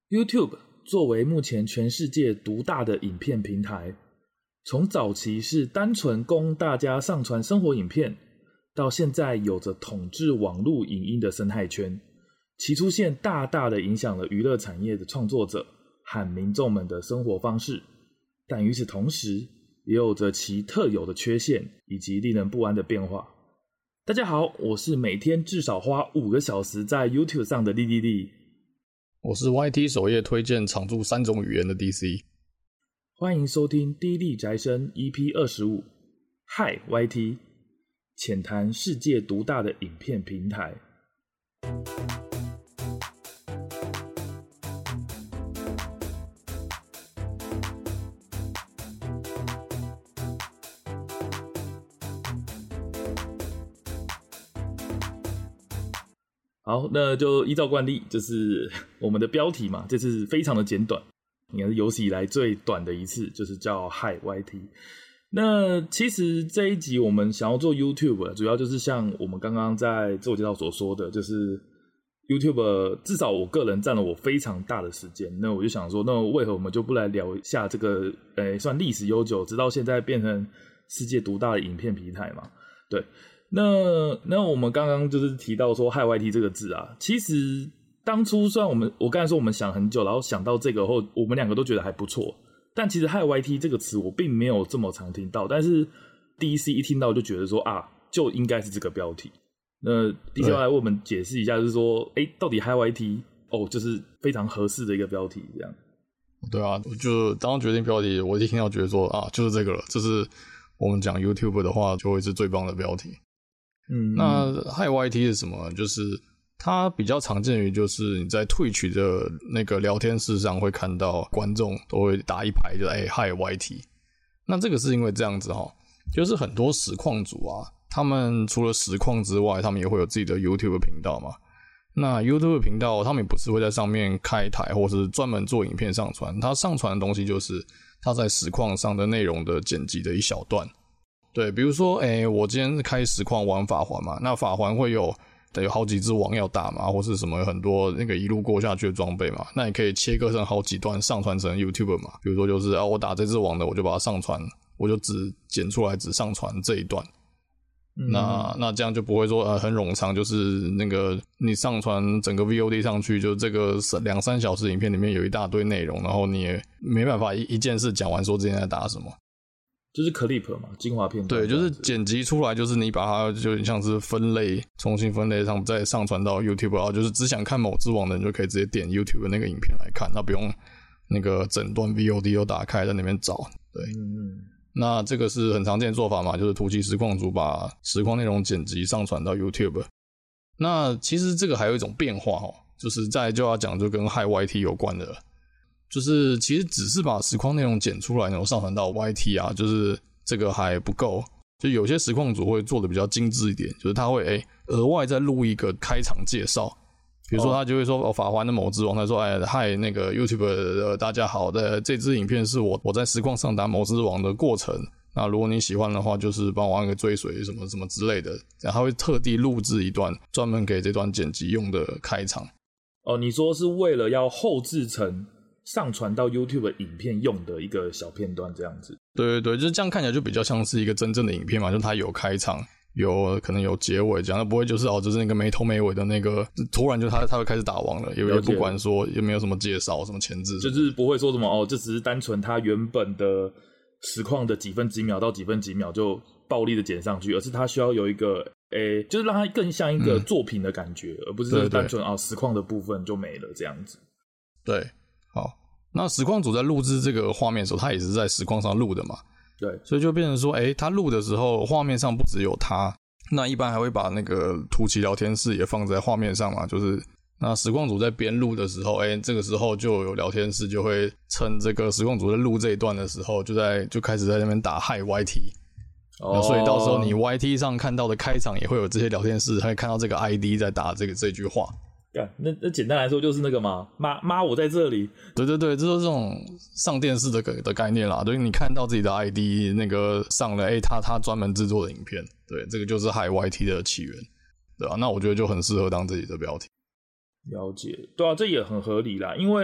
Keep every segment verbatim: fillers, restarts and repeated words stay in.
YouTube 作为目前全世界独大的影片平台，从早期是单纯供大家上传生活影片，到现在有着统治网络影音的生态圈，其出现大大的影响了娱乐产业的创作者和民众们的生活方式，但与此同时也有着其特有的缺陷以及令人不安的变化。大家好，我是每天至少花五个小时在 YouTube 上的莉莉莉。 我是 Y T 首页推荐常驻三种语言的 D C。 欢迎收听滴滴宅生 E P 二十五， Hi Y T， 浅谈世界独大的影片平台。好，那就依照惯例，就是我们的标题嘛，这次非常的简短，应该是有史以来最短的一次，就是叫 Hi Y T。 那其实这一集我们想要做 YouTube， 主要就是像我们刚刚在自我介绍所说的，就是 YouTube 至少我个人占了我非常大的时间，那我就想说，那为何我们就不来聊一下这个诶算历史悠久，直到现在变成世界独大的影片平台嘛？对。那那我们刚刚就是提到说 Hi Y T 这个字啊，其实当初虽然我们我刚才说我们想很久，然后想到这个后，我们两个都觉得还不错，但其实 Hi Y T 这个词我并没有这么常听到，但是 D C 一听到就觉得说啊，就应该是这个标题。那 D C 要来为我们解释一下，就是说，哎、欸，到底 Hi Y T 哦，就是非常合适的一个标题，这样。 对啊，我就当决定标题，我一听到觉得说啊，就是这个了，这是我们讲 YouTube 的话，就会是最棒的标题。嗯，那 Hi Y T 是什么？就是它比较常见于就是你在 Twitch 的那个聊天室上会看到观众都会打一排，就哎、欸、Hi Y T。那这个是因为这样子齁，就是很多实况主啊，他们除了实况之外，他们也会有自己的 YouTube 频道嘛。那 YouTube 频道他们也不是会在上面开台，或是专门做影片上传，他上传的东西就是他在实况上的内容的剪辑的一小段。对，比如说，诶，我今天是开实况玩法环嘛，那法环会有得有好几只王要打嘛，或是什么很多那个一路过下去的装备嘛，那你可以切割成好几段上传成 YouTube 嘛。比如说就是啊，我打这只王的，我就把它上传，我就只剪出来只上传这一段。嗯、那那这样就不会说呃很冗长，就是那个你上传整个 V O D 上去，就这个两三小时影片里面有一大堆内容，然后你也没办法一一件事讲完说之前在打什么。 就是 clip 嘛，精华片段。 对，就是剪辑出来，就是你把它就像是分类，重新分类上，再上传到 YouTube， 然后就是只想看某之王的人就可以直接点 YouTube 的那个影片来看，他不用那个整段 V O D 都打开在那边找。对，嗯，那这个是很常见的做法嘛，就是图奇实况组把实况内容剪辑上传到 YouTube。那其实这个还有一种变化哦，就是再来就要讲就跟 Hi Y T 有关的了。就是其实只是把实况内容剪出来然后上传到 Y T 啊，就是这个还不够，就有些实况组会做的比较精致一点，就是他会诶额外再录一个开场介绍，比如说他就会说哦法环的某之王，他说哎嗨那个 YouTube 的大家好的这支影片是我我在实况上打某之王的过程，那如果你喜欢的话就是帮我按个追随什么什么之类的，然后他会特地录制一段专门给这段剪辑用的开场。 哦，你说是为了要后制成上传到 YouTube 影片用的一个小片段这样子。 对对对，就是这样看起来就比较像是一个真正的影片嘛，就是它有开场，有可能有结尾这样，它不会就是哦，就是那个没头没尾的那个，突然就他他会开始打王了，也也不管说有没有什么介绍什么前置， 就是不会说什么哦，这只是单纯它原本的实况的几分几秒到几分几秒就暴力的剪上去，而是它需要有一个诶，就是让它更像一个作品的感觉，嗯、而不是单纯啊、哦、实况的部分就没了这样子。 对。好，那实况组在录制这个画面的时候，他也是在实况上录的嘛？ 对， 所以就变成说，诶，他录的时候，画面上不只有他，那一般还会把那个图奇聊天室也放在画面上嘛？就是那实况组在边录的时候，诶，这个时候就有聊天室就会趁这个实况组在录这一段的时候，就在就开始在那边打 Hi Y T。哦，所以到时候你 Y T 上看到的开场也会有这些聊天室，会看到这个 I D 在打这个这句话。 那那简单来说就是那个嘛，妈妈我在这里。 对对对，这就是这种上电视的的概念啦。对，你看到自己的 I D 那个上了，哎，他他专门制作的影片，对，这个就是 Hi Y T 的起源，对吧、啊？那我觉得就很适合当自己的标题。 了解，对啊，这也很合理啦，因为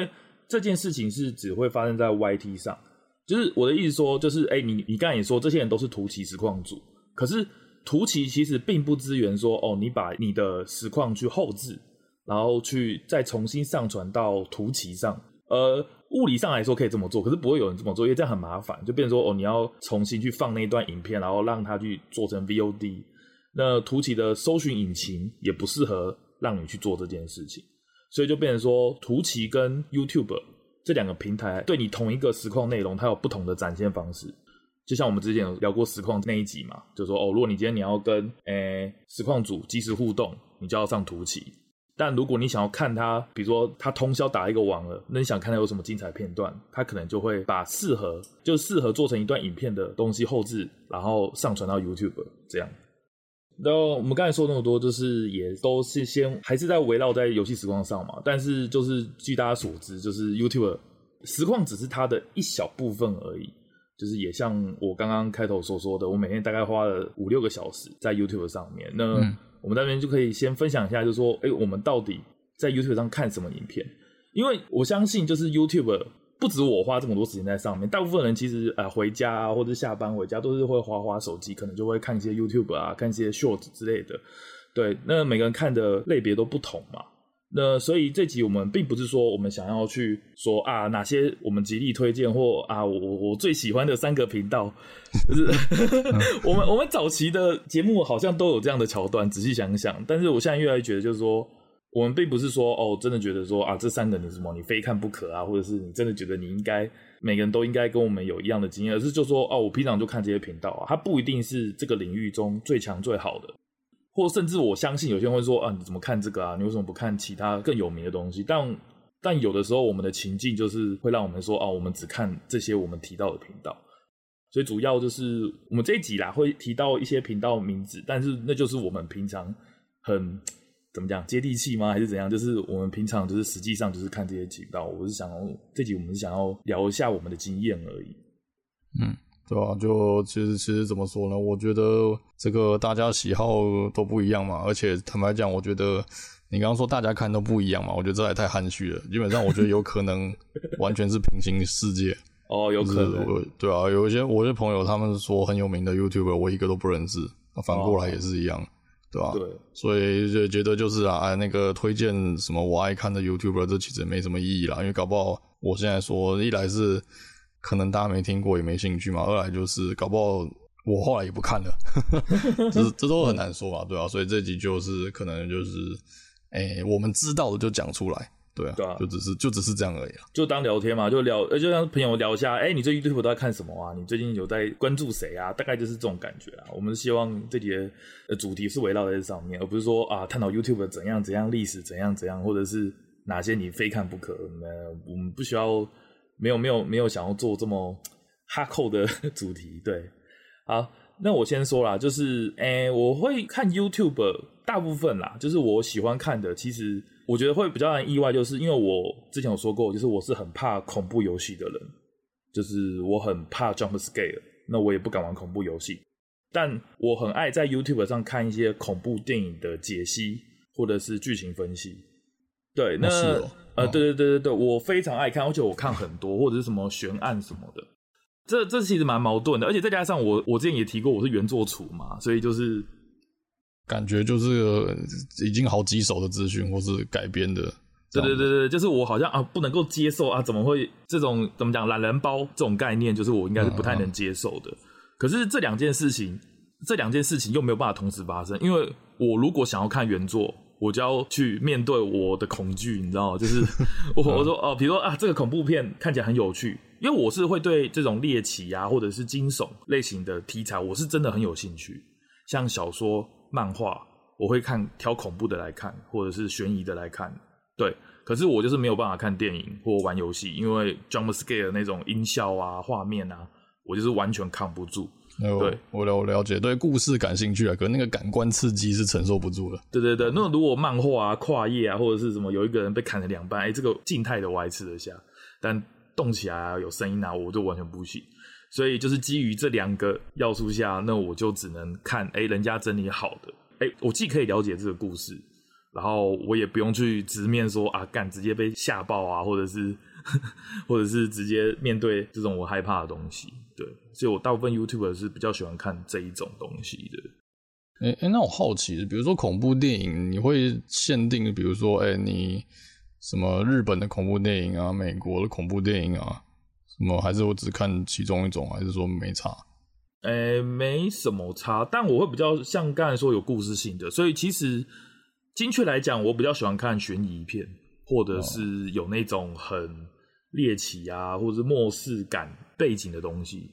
这件事情是只会发生在 Y T 上，就是我的意思说，就是哎、欸，你你刚才也说这些人都是图奇实况组，可是图奇其实并不支援说哦，你把你的实况去后置，然后去再重新上传到图奇上。呃，物理上来说可以这么做，可是不会有人这么做，因为这样很麻烦，就变成说哦，你要重新去放那一段影片，然后让它去做成 V O D。那图奇的搜寻引擎也不适合让你去做这件事情，所以就变成说，图奇跟 YouTube 这两个平台对你同一个实况内容，它有不同的展现方式。就像我们之前有聊过实况那一集嘛，就说哦，如果你今天你要跟诶实况组即时互动，你就要上图奇。但如果你想要看他，比如说他通宵打一个网了，那你想看他有什么精彩片段，他可能就会把适合就适合做成一段影片的东西后置，然后上传到 YouTube 这样。那我们刚才说那么多，就是也都是先还是在围绕在游戏实况上嘛。但是就是据大家所知，就是 YouTube 实况只是它的一小部分而已。就是也像我刚刚开头所说的，我每天大概花了五六个小时在 YouTube 上面。那、嗯我们那边就可以先分享一下，就是说，哎、欸，我们到底在 YouTube 上看什么影片？因为我相信，就是 YouTube 不止我花这么多时间在上面，大部分人其实呃回家啊，或者下班回家都是会滑滑手机，可能就会看一些 YouTube 啊，看一些 Short 之类的。对，那每个人看的类别都不同嘛。那所以这集我们并不是说我们想要去说啊哪些我们极力推荐或啊我我最喜欢的三个频道，就是我们我们早期的节目好像都有这样的桥段，仔细想想，但是我现在越来越觉得就是说，我们并不是说哦真的觉得说啊这三个你什么你非看不可啊，或者是你真的觉得你应该每个人都应该跟我们有一样的经验，而是就说哦我平常就看这些频道啊，它不一定是这个领域中最强最好的。或甚至我相信有些人会说啊，你怎么看这个啊？你为什么不看其他更有名的东西？但但有的时候我们的情境就是会让我们说啊，我们只看这些我们提到的频道。所以主要就是我们这一集啦会提到一些频道名字，但是那就是我们平常很怎么讲接地气吗？还是怎样？就是我们平常就是实际上就是看这些频道。我是想要这集我们是想要聊一下我们的经验而已。 嗯。对啊，就其实其实怎么说呢？我觉得这个大家喜好都不一样嘛，而且坦白讲，我觉得你刚刚说大家看都不一样嘛，我觉得这还太含蓄了。基本上我觉得有可能完全是平行世界哦，有可能。 就是、对啊，有一些我的朋友他们说很有名的 YouTuber， 我一个都不认识，反过来也是一样，哦、对吧、啊？ 对， 所以就觉得就是啊，啊那个推荐什么我爱看的 YouTuber， 这其实没什么意义啦，因为搞不好我现在说一来是。可能大家没听过也没兴趣嘛，二来就是搞不好我后来也不看了，这这都很难说嘛，对啊，所以这集就是可能就是，哎、欸，我们知道的就讲出来，对啊，对啊，就只是就只是这样而已啦， 就当聊天嘛，就聊，就像朋友聊一下，哎、欸，你最近 YouTube 都在看什么啊？你最近有在关注谁啊？大概就是这种感觉啊。我们希望这集的主题是围绕在这上面，而不是说啊探讨 YouTube 怎样怎样历史怎样怎样，或者是哪些你非看不可。呃，我们不需要。没有没有没有想要做这么哈扣的主题，对，好，那我先说啦，就是诶，我会看 YouTube 大部分啦，就是我喜欢看的，其实我觉得会比较让人意外，就是因为我之前有说过，就是我是很怕恐怖游戏的人，就是我很怕 jump scare， 那我也不敢玩恐怖游戏，但我很爱在 YouTube 上看一些恐怖电影的解析或者是剧情分析。对，那、哦哦、呃，对对对对对，我非常爱看，而且我看很多，或者是什么悬案什么的，这这其实蛮矛盾的，而且再加上我我之前也提过我是原作厨嘛，所以就是感觉就是已经好几手的资讯或是改编的， 对对对对，就是我好像啊不能够接受啊，怎么会这种怎么讲懒人包这种概念，就是我应该是不太能接受的。嗯嗯可是这两件事情，这两件事情又没有办法同时发生，因为我如果想要看原作。我就要去面对我的恐惧，你知道吗？就是我我说哦，比如说啊，这个恐怖片看起来很有趣，因为我是会对这种猎奇啊，或者是惊悚类型的题材，我是真的很有兴趣。像小说、漫画，我会看挑恐怖的来看，或者是悬疑的来看。对，可是我就是没有办法看电影或玩游戏，因为 jump scare 那种音效啊、画面啊，我就是完全扛不住。 对，我了我了解，对故事感兴趣啊，可是那个感官刺激是承受不住的。 对对对，那如果漫画啊、跨页啊，或者是什么有一个人被砍了两半，哎，这个静态的我还吃得下，但动起来啊、有声音啊，我就完全不行。所以就是基于这两个要素下，那我就只能看，哎，人家整理好的，哎，我既可以了解这个故事，然后我也不用去直面说啊，干直接被吓爆啊，或者是或者是直接面对这种我害怕的东西。对，所以我大部分 YouTuber 是比较喜欢看这一种东西的。 哎、欸欸、那我好奇，比如说恐怖电影，你会限定，比如说，哎、欸，你什么日本的恐怖电影啊，美国的恐怖电影啊，什么？还是我只看其中一种，还是说没差？ 哎、欸，没什么差，但我会比较像刚才说有故事性的，所以其实精确来讲，我比较喜欢看悬疑片，或者是有那种很猎奇啊，或者是末世感背景的东西。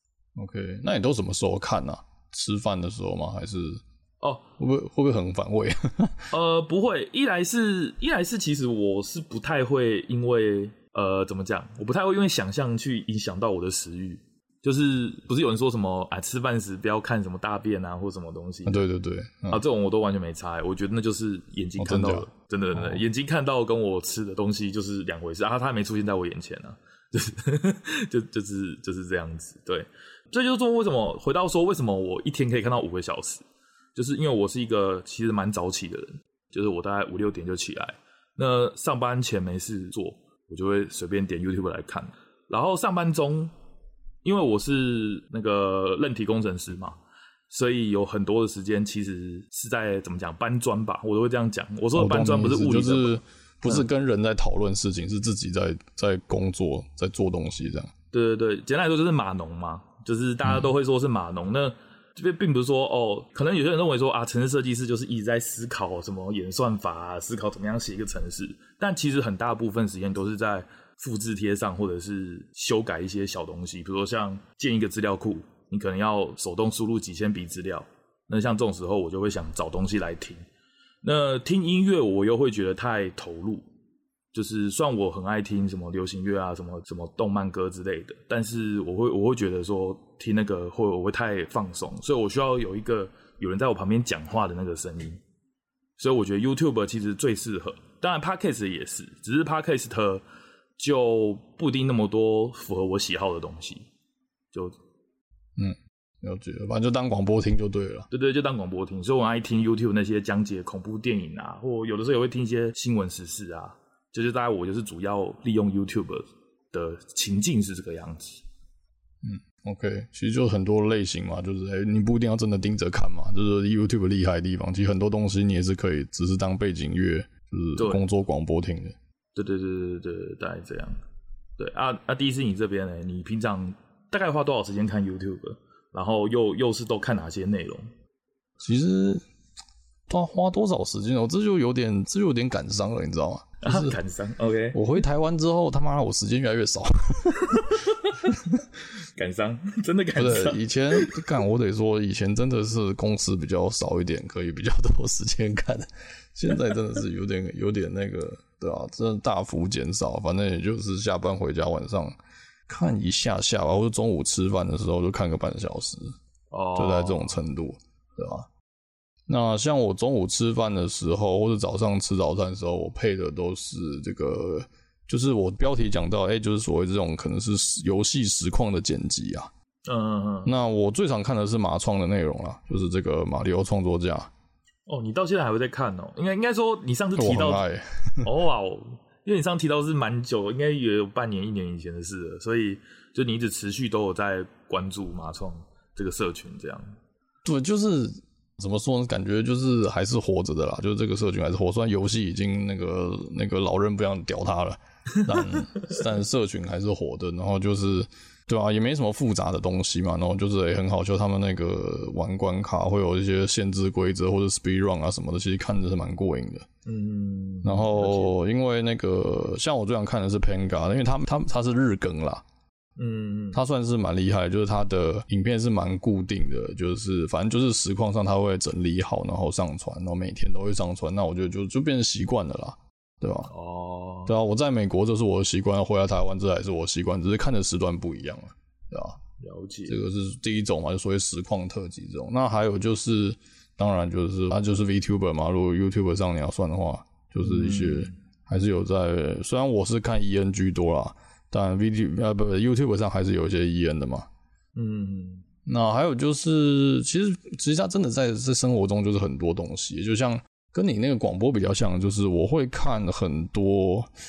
OK， 那你都什么时候看啊？吃饭的时候吗？还是哦， 会不会会不会很反胃？ 呃，不会，一来是一来是其实我是不太会因为呃怎么讲，我不太会因为想象去影响到我的食欲。就是不是有人说什么啊，吃饭时不要看什么大便啊或什么东西？ 啊、对对对， 嗯、啊，这种我都完全没差。我觉得那就是眼睛看到的，哦、真的真的、哦，眼睛看到跟我吃的东西就是两回事啊。他还没出现在我眼前啊，就是就就是就是这样子。对，这就是说为什么回到说为什么我一天可以看到五个小时，就是因为我是一个其实蛮早起的人，就是我大概五六点就起来，那上班前没事做，我就会随便点 YouTube 来看，然后上班中。因为我是那个韧体工程师嘛，所以有很多的时间其实是在怎么讲搬砖吧，我都会这样讲。我说的搬砖不是物理的， 就是不是跟人在讨论事情，嗯、是自己在在工作，在做东西这样。 对对对，简单来说就是码农嘛，就是大家都会说是码农。嗯、那这边并不是说哦，可能有些人认为说啊，程式设计师就是一直在思考什么演算法啊，思考怎么样写一个程式，但其实很大部分时间都是在复制贴上，或者是修改一些小东西，比如说像建一个资料库，你可能要手动输入几千笔资料，那像这种时候我就会想找东西来听。那听音乐我又会觉得太投入，就是虽然我很爱听什么流行乐啊，什么什么动漫歌之类的，但是我会我会觉得说听那个会我会太放松，所以我需要有一个有人在我旁边讲话的那个声音。所以我觉得 YouTube 其实最适合，当然 Podcast 也是，只是 Podcast就不一定那么多符合我喜好的东西，就嗯了解，反正就当广播听就对了。 对对，就当广播听。所以我爱听 YouTube 那些讲解恐怖电影啊，或有的时候也会听一些新闻时事啊。就是大概我就是主要利用 YouTube 的情境是这个样子。 嗯 ，OK， 其实就很多类型嘛，就是、欸、你不一定要真的盯着看嘛，就是 YouTube 厉害的地方，其实很多东西你也是可以只是当背景乐，就是工作广播听的。 对对对对对对，大概这样。对啊啊，第一次你这边呢，你平常大概花多少时间看 YouTube？ 然后又又是都看哪些内容？ 其实花花多少时间哦？这就有点这就有点感伤了，你知道吗？就是、 啊、感伤 ，OK。 我回台湾之后，他妈我时间越来越少。 感伤，真的感伤。 对，以前干我得说，以前真的是公司比较少一点，可以比较多时间看。现在真的是有点有点那个，对啊，真的大幅减少。反正也就是下班回家晚上看一下下吧，或者中午吃饭的时候就看个半小时，哦，就在这种程度，对吧？那像我中午吃饭的时候，或者早上吃早餐的时候，我配的都是这个，就是我标题讲到，哎、欸，就是所谓这种可能是游戏实况的剪辑啊。 嗯嗯嗯。那我最常看的是马创的内容啦，就是这个马里奥创作家。 哦，你到现在还会在看哦？应该应该说，你上次提到， 我很爱哦哇哦，因为你上次提到是蛮久，应该也有半年、一年以前的事了，所以就你一直持续都有在关注马创这个社群，这样。 对，就是怎么说呢？感觉就是还是活着的啦，就是这个社群还是活。虽然游戏已经那个那个老人不想屌他了，但但社群还是活的。然后就是。对啊，也没什么复杂的东西嘛，然后就是也、欸、很好笑，他们那个玩关卡会有一些限制规则或者 speed run 啊什么的，其实看着是蛮过瘾的。嗯，然后因为那个像我最常看的是 Panga， 因为他他他是日更啦，嗯，他算是蛮厉害的，就是他的影片是蛮固定的，就是反正就是实况上他会整理好，然后上传，然后每天都会上传，那我觉得就就变成习惯了啦。对吧？哦，对啊，我在美国这是我的习惯，回来台湾这还是我的习惯，只是看的时段不一样了，对吧？ 了解， 这个是第一种嘛，就所谓实况特辑这种。那还有就是，当然就是它就是 VTuber 嘛，如果 YouTuber 上你要算的话，就是一些、嗯、还是有在，虽然我是看 E N 居多啦，但 VT 呃不不 YouTube 上还是有一些 E N 的嘛。嗯，那还有就是，其实其实它真的在在生活中就是很多东西，就像。跟你那个广播比较像，就是我会看很多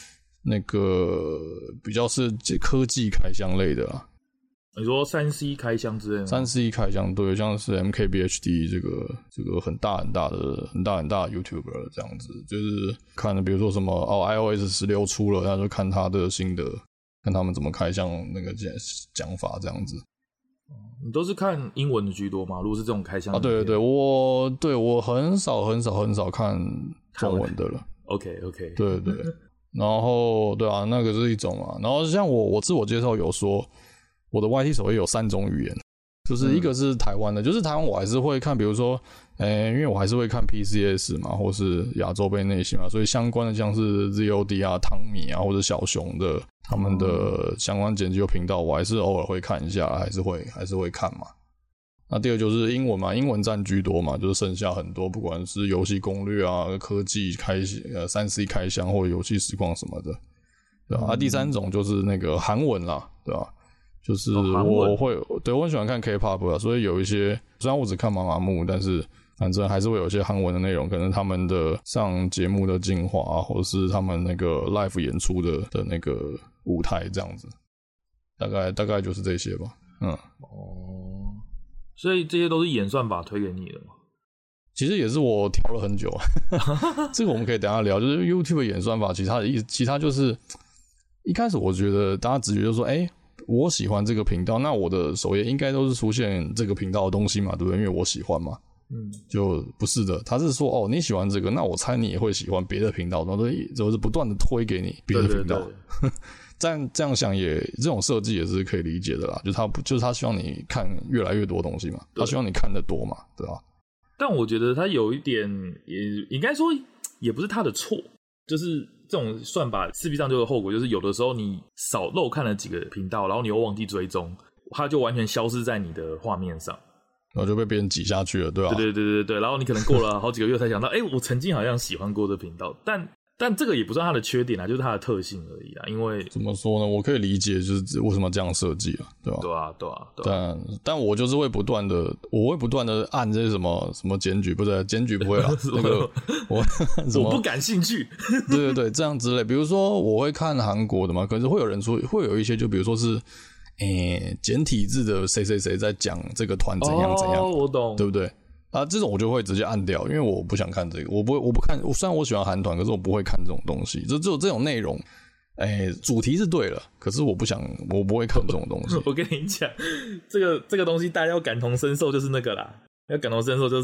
那个比较是科技开箱类的啊。 你说 三 C 开箱之类的三 C 开箱，对，像是 M K B H D 这个这个很大很大的很大很大的 YouTuber 这样子，就是看比如说什么哦 iOS 十六出了，那就看他的心得，看他们怎么开箱那个讲法这样子。 你都是看英文的居多吗？如果是这种开箱啊，对对对，我对我很少很少很少看中文的了。 OK OK， 对对，然后对啊，那个是一种嘛。然后像我我自我介绍有说。我的 Y T 首页有三种语言，就是一个是台湾的，嗯、就是台湾我还是会看，比如说，诶、欸，因为我还是会看 P C S 嘛，或是亚洲杯内线嘛，所以相关的像是 Z O D 啊、汤米啊或者小熊的他们的相关研究频道，我还是偶尔会看一下，还是会还是会看嘛。那第二就是英文嘛，英文占居多嘛，就是剩下很多不管是游戏攻略啊、科技开呃 三 C 开箱或者游戏实况什么的，对吧、啊？啊，第三种就是那个韩文啦，对吧、啊？就是我会、哦、对我很喜欢看 K-pop 啊，所以有一些虽然我只看妈妈木，但是反正还是会有一些韩文的内容，可能他们的上节目的精华、啊，或者是他们那个 live 演出的的那个舞台这样子，大概大概就是这些吧。嗯， 哦，所以这些都是演算法推给你的吗？ 其实也是我调了很久，这个我们可以等一下聊。就是 YouTube 的演算法，其他的意思，其他就是一开始我觉得大家直觉就说，哎、欸。我喜欢这个频道，那我的首页应该都是出现这个频道的东西嘛，对不对？因为我喜欢嘛，嗯，就不是的。他是说，哦，你喜欢这个，那我猜你也会喜欢别的频道，然后就是不断的推给你别的频道。对对对这样这样想也，这种设计也是可以理解的啦。就他就是他希望你看越来越多东西嘛，他希望你看得多嘛，对吧？ 但我觉得他有一点，也应该说也不是他的错，就是。这种算法势必上就有后果，就是有的时候你少漏看了几个频道，然后你又忘记追踪，它就完全消失在你的画面上， 然后就被别人挤下去了，对吧、啊？ 对对对对对，然后你可能过了好几个月才想到，哎、欸，我曾经好像喜欢过这频道，但但这个也不算它的缺点啊，就是它的特性而已啊。因为怎么说呢，我可以理解就是为什么这样设计啊，对吧？ 对啊，对啊，对啊。但但我就是会不断的，我会不断的按这些什么什么检举，不是检举不会啦，那个我我不感兴趣。 对对对，这样之类。比如说我会看韩国的嘛，可是会有人说会有一些，就比如说是诶、欸、简体字的谁谁谁在讲这个团怎样怎样， 哦，我懂， 对不对？啊，这种我就会直接按掉，因为我不想看这个，我不会，我不看。虽然我喜欢韩团，可是我不会看这种东西。就只有这种内容，哎、欸，主题是对了，可是我不想，我不会看这种东西。 我跟你讲，这个这个东西大家要感同身受，就是那个啦，要感同身受就是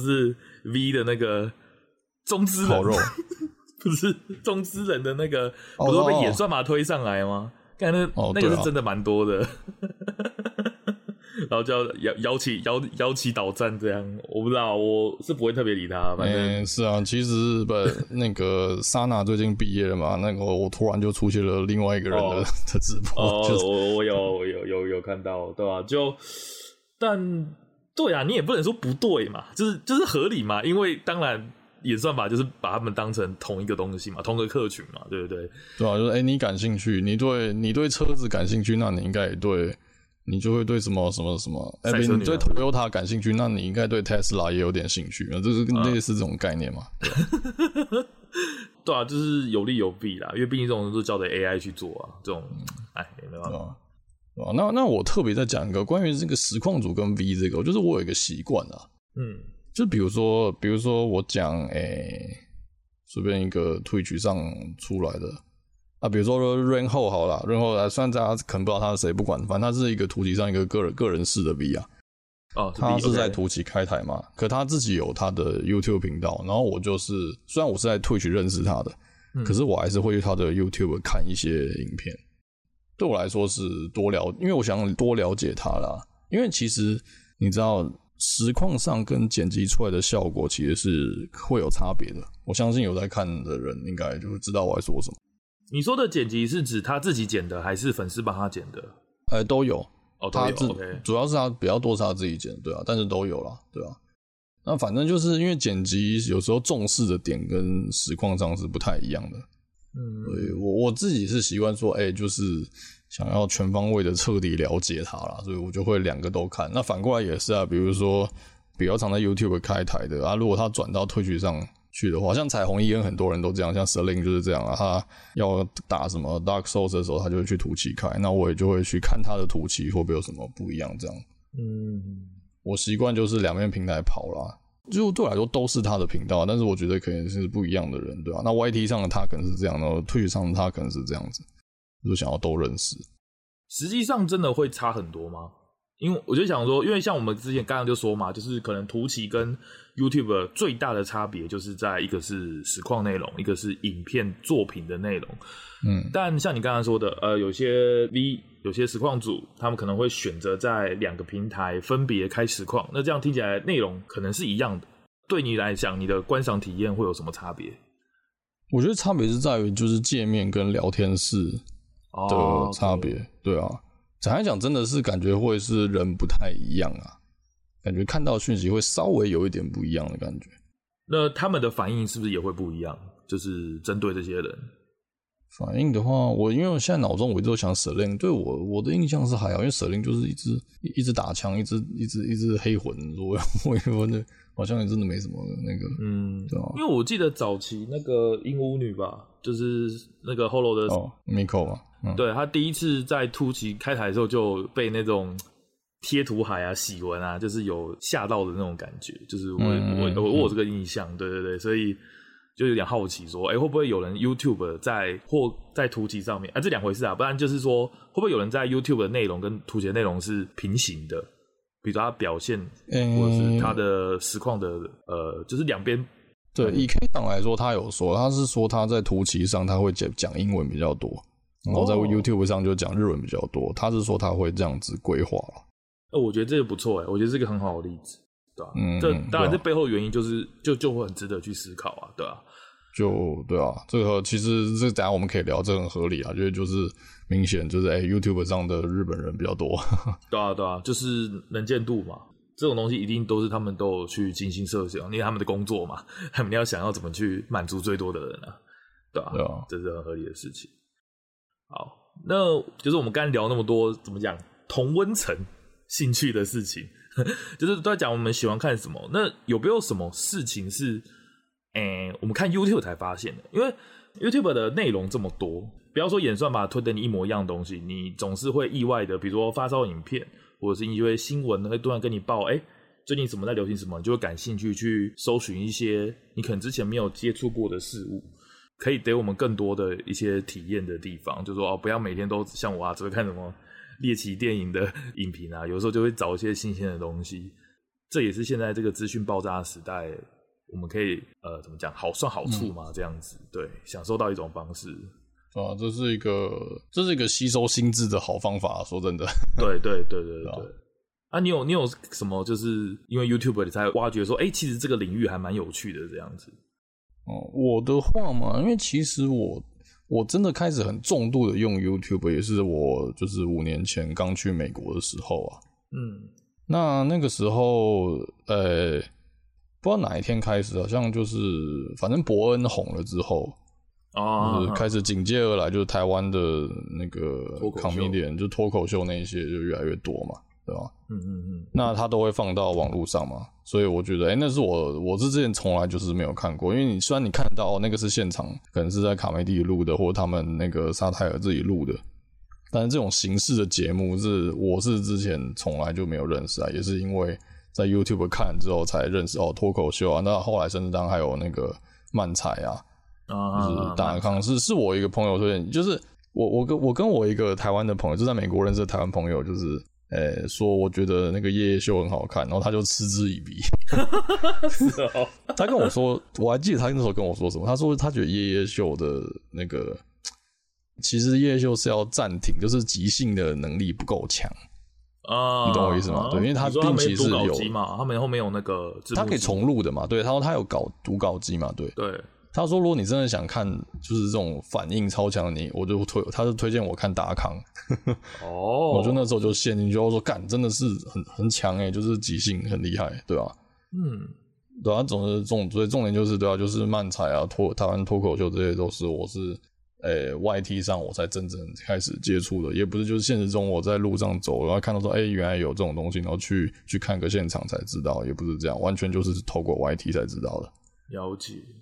V 的那个中之人烤肉， 不是中之人的那个，不是被演算法推上来吗？看那、哦、那个是真的蛮多的。然后就要摇摇起摇摇起导战这样，我不知道，我是不会特别理他。反正、 欸、是啊，其实不那个莎娜最近毕业了嘛，那个我突然就出现了另外一个人的、哦、的直播。 哦， 就是、 我我有有有有看到，对吧、啊？就但对啊，你也不能说不对嘛，就是就是合理嘛，因为当然演算法就是把他们当成同一个东西嘛，同一个客群嘛，对不对？ 对啊，就是哎、欸，你感兴趣，你对你对车子感兴趣，那你应该也对。你就会对什么什么什么，哎、欸，你对 Toyota 感兴趣，那你应该对 Tesla 也有点兴趣，这是类似这种概念嘛？对, 啊对啊，就是有利有弊啦，因为毕竟这种都交给 A I 去做啊，这种，哎，没办法。 对啊，那那我特别再讲一个关于这个实况组跟 V 这个，就是我有一个习惯啊，嗯，就比如说，比如说我讲，哎、欸，随便一个 Twitch 上出来的。啊，比如说 Rain 后好啦 Rain 后虽然大家可能不知道他是谁，不管，反正他是一个图奇上一个个人个人式的 V 啊。 哦， 他是在图奇开台嘛， okay. 可他自己有他的 YouTube 频道，然后我就是虽然我是在 Twitch 认识他的、嗯，可是我还是会去他的 YouTube 看一些影片。对我来说是多了，因为我想多了解他啦。因为其实你知道，实况上跟剪辑出来的效果其实是会有差别的。我相信有在看的人应该就会知道我在说什么。 你说的剪辑是指他自己剪的，还是粉丝帮他剪的？ 哎、欸，都有。 哦，都有。 OK， 主要是他比较多是他自己剪，对啊，但是都有啦，对啊。那反正就是因为剪辑有时候重视的点跟实况上是不太一样的。嗯，所以我我自己是习惯说，哎、欸，就是想要全方位的彻底了解他啦，所以我就会两个都看。那反过来也是啊，比如说比较常在 YouTube 开台的啊，如果他转到Twitch上去的话，像彩虹一跟很多人都这样，像 Selin 就是这样啊，他要打什么 Dark Souls 的时候，他就会去图奇开，那我也就会去看他的图奇会不会有什么不一样这样。嗯，我习惯就是两边平台跑啦，就对我来说都是他的频道，但是我觉得可能是不一样的人，对吧、啊？那 Y T 上的他可能是这样，然后 Twitch 上的他可能是这样子，就想要都认识。 实际上真的会差很多吗？因为我就想说，因为像我们之前刚刚就说嘛，就是可能图奇跟 YouTube 最大的差别就是在一个是实况内容，一个是影片作品的内容。嗯，但像你刚刚说的，呃，有些 V 有些实况组，他们可能会选择在两个平台分别开实况，那这样听起来内容可能是一样的。对你来讲，你的观赏体验会有什么差别？ 我觉得差别是在于就是界面跟聊天室的差别， oh, okay. 对啊。坦白讲，真的是感觉会是人不太一样啊，感觉看到讯息会稍微有一点不一样的感觉。 那他们的反应是不是也会不一样？就是针对这些人反应的话，我因为我现在脑中我一直都想Selin，对我我的印象是还好，因为Selin就是一直一直打枪，一直一直一直黑魂，我我我的好像也真的没什么那个，嗯，对啊。 因为我记得早期那个鹦鹉女吧，就是那个 Holo 的哦 Miko 嘛。 嗯、对，他第一次在突奇开台的时候就被那种贴图海啊、喜文啊，就是有吓到的那种感觉，就是我、嗯、我我我有这个印象，对对对，所以就有点好奇说，哎、欸，会不会有人 YouTube 在或在突奇上面啊？这两回事啊，不然就是说会不会有人在 YouTube 的内容跟突奇的内容是平行的？比如说他表现，或者是他的实况的，呃，就是两边。 对，以 K 档来说，他有说，他是说他在突奇上他会讲讲英文比较多。然后在 YouTube 上就讲日文比较多，哦、他是说他会这样子规划了。 呃，我觉得这个不错哎，我觉得这个很好的例子，对吧、啊？嗯，这当然这背后的原因就是就就会很值得去思考啊，对吧、啊？ 就对啊，这个其实这等一下我们可以聊，这很合理啊，觉得就是明显就是哎、欸、，YouTube 上的日本人比较多。 对啊，对啊，就是能见度嘛，这种东西一定都是他们都有去精心设想，因为他们的工作嘛，他们要想要怎么去满足最多的人啊，对吧、啊？对啊，这是很合理的事情。好，那就是我们刚才聊那么多，怎么讲同温层兴趣的事情，就是都在讲我们喜欢看什么。那有没有什么事情是，诶、欸，我们看 YouTube 才发现的？因为 YouTube 的内容这么多，不要说演算法推给你一模一样的东西，你总是会意外的，比如说发烧影片，或者是因为新闻会突然跟你报，哎、欸，最近什么在流行什么，你就会感兴趣去搜寻一些你可能之前没有接触过的事物。可以给我们更多的一些体验的地方，就是说哦，不要每天都像我啊，只会看什么猎奇电影的影评啊，有时候就会找一些新鲜的东西。这也是现在这个资讯爆炸的时代，我们可以呃怎么讲，好算好处嘛，嗯、这样子对，享受到一种方式。 啊，这是一个这是一个吸收新知的好方法，说真的。 对对对对 对, 对。啊，你有你有什么就是因为 YouTube 你才挖掘说，哎、欸，其实这个领域还蛮有趣的这样子。 哦，我的话嘛，因为其实我我真的开始很重度的用 YouTube， 也是我就是五年前刚去美国的时候啊。嗯，那那个时候，呃，不知道哪一天开始，好像就是反正伯恩红了之后，啊，就是开始紧接而来，就是台湾的那个 comedian， 就脱口秀那一些就越来越多嘛。对吧？嗯嗯嗯，那他都会放到网络上嘛，所以我觉得，哎、欸，那是我我是之前从来就是没有看过，因为你虽然你看得到、哦、那个是现场，可能是在卡梅蒂录的，或他们那个沙泰尔自己录的，但是这种形式的节目是我是之前从来就没有认识啊，也是因为在 YouTube 看之后才认识哦脱口秀啊，那后来甚至当然还有那个漫才啊，啊就是达康是是我一个朋友推荐，就是我我跟我跟我一个台湾的朋友，就在美国认识的台湾朋友，就是。诶、欸，说我觉得那个夜夜秀很好看，然后他就嗤之以鼻。 是哦， 他跟我说，我还记得他那时候跟我说什么，他说他觉得夜夜秀的那个，其实夜夜秀是要暂停，就是即兴的能力不够强啊，你懂我意思吗？啊、对，因为他定期是有嘛，他们后面有那个， 他可以重录的嘛，对，他说他有搞读稿机嘛，对对。 他说：“如果你真的想看，就是这种反应超强的你，我就推，他就推荐我看达康。哦，我就那时候就陷进去，我说干，真的是很很强诶，就是即兴很厉害，对吧、啊？嗯，对啊，总是重，所以重点就是对啊，就是漫才啊，脱台湾脱口秀这些都是我是诶、欸、Y T 上我才真正开始接触的，也不是就是现实中我在路上走，然后看到说诶、欸、原来有这种东西，然后去去看个现场才知道，也不是这样，完全就是透过 Y T 才知道的。 了解。”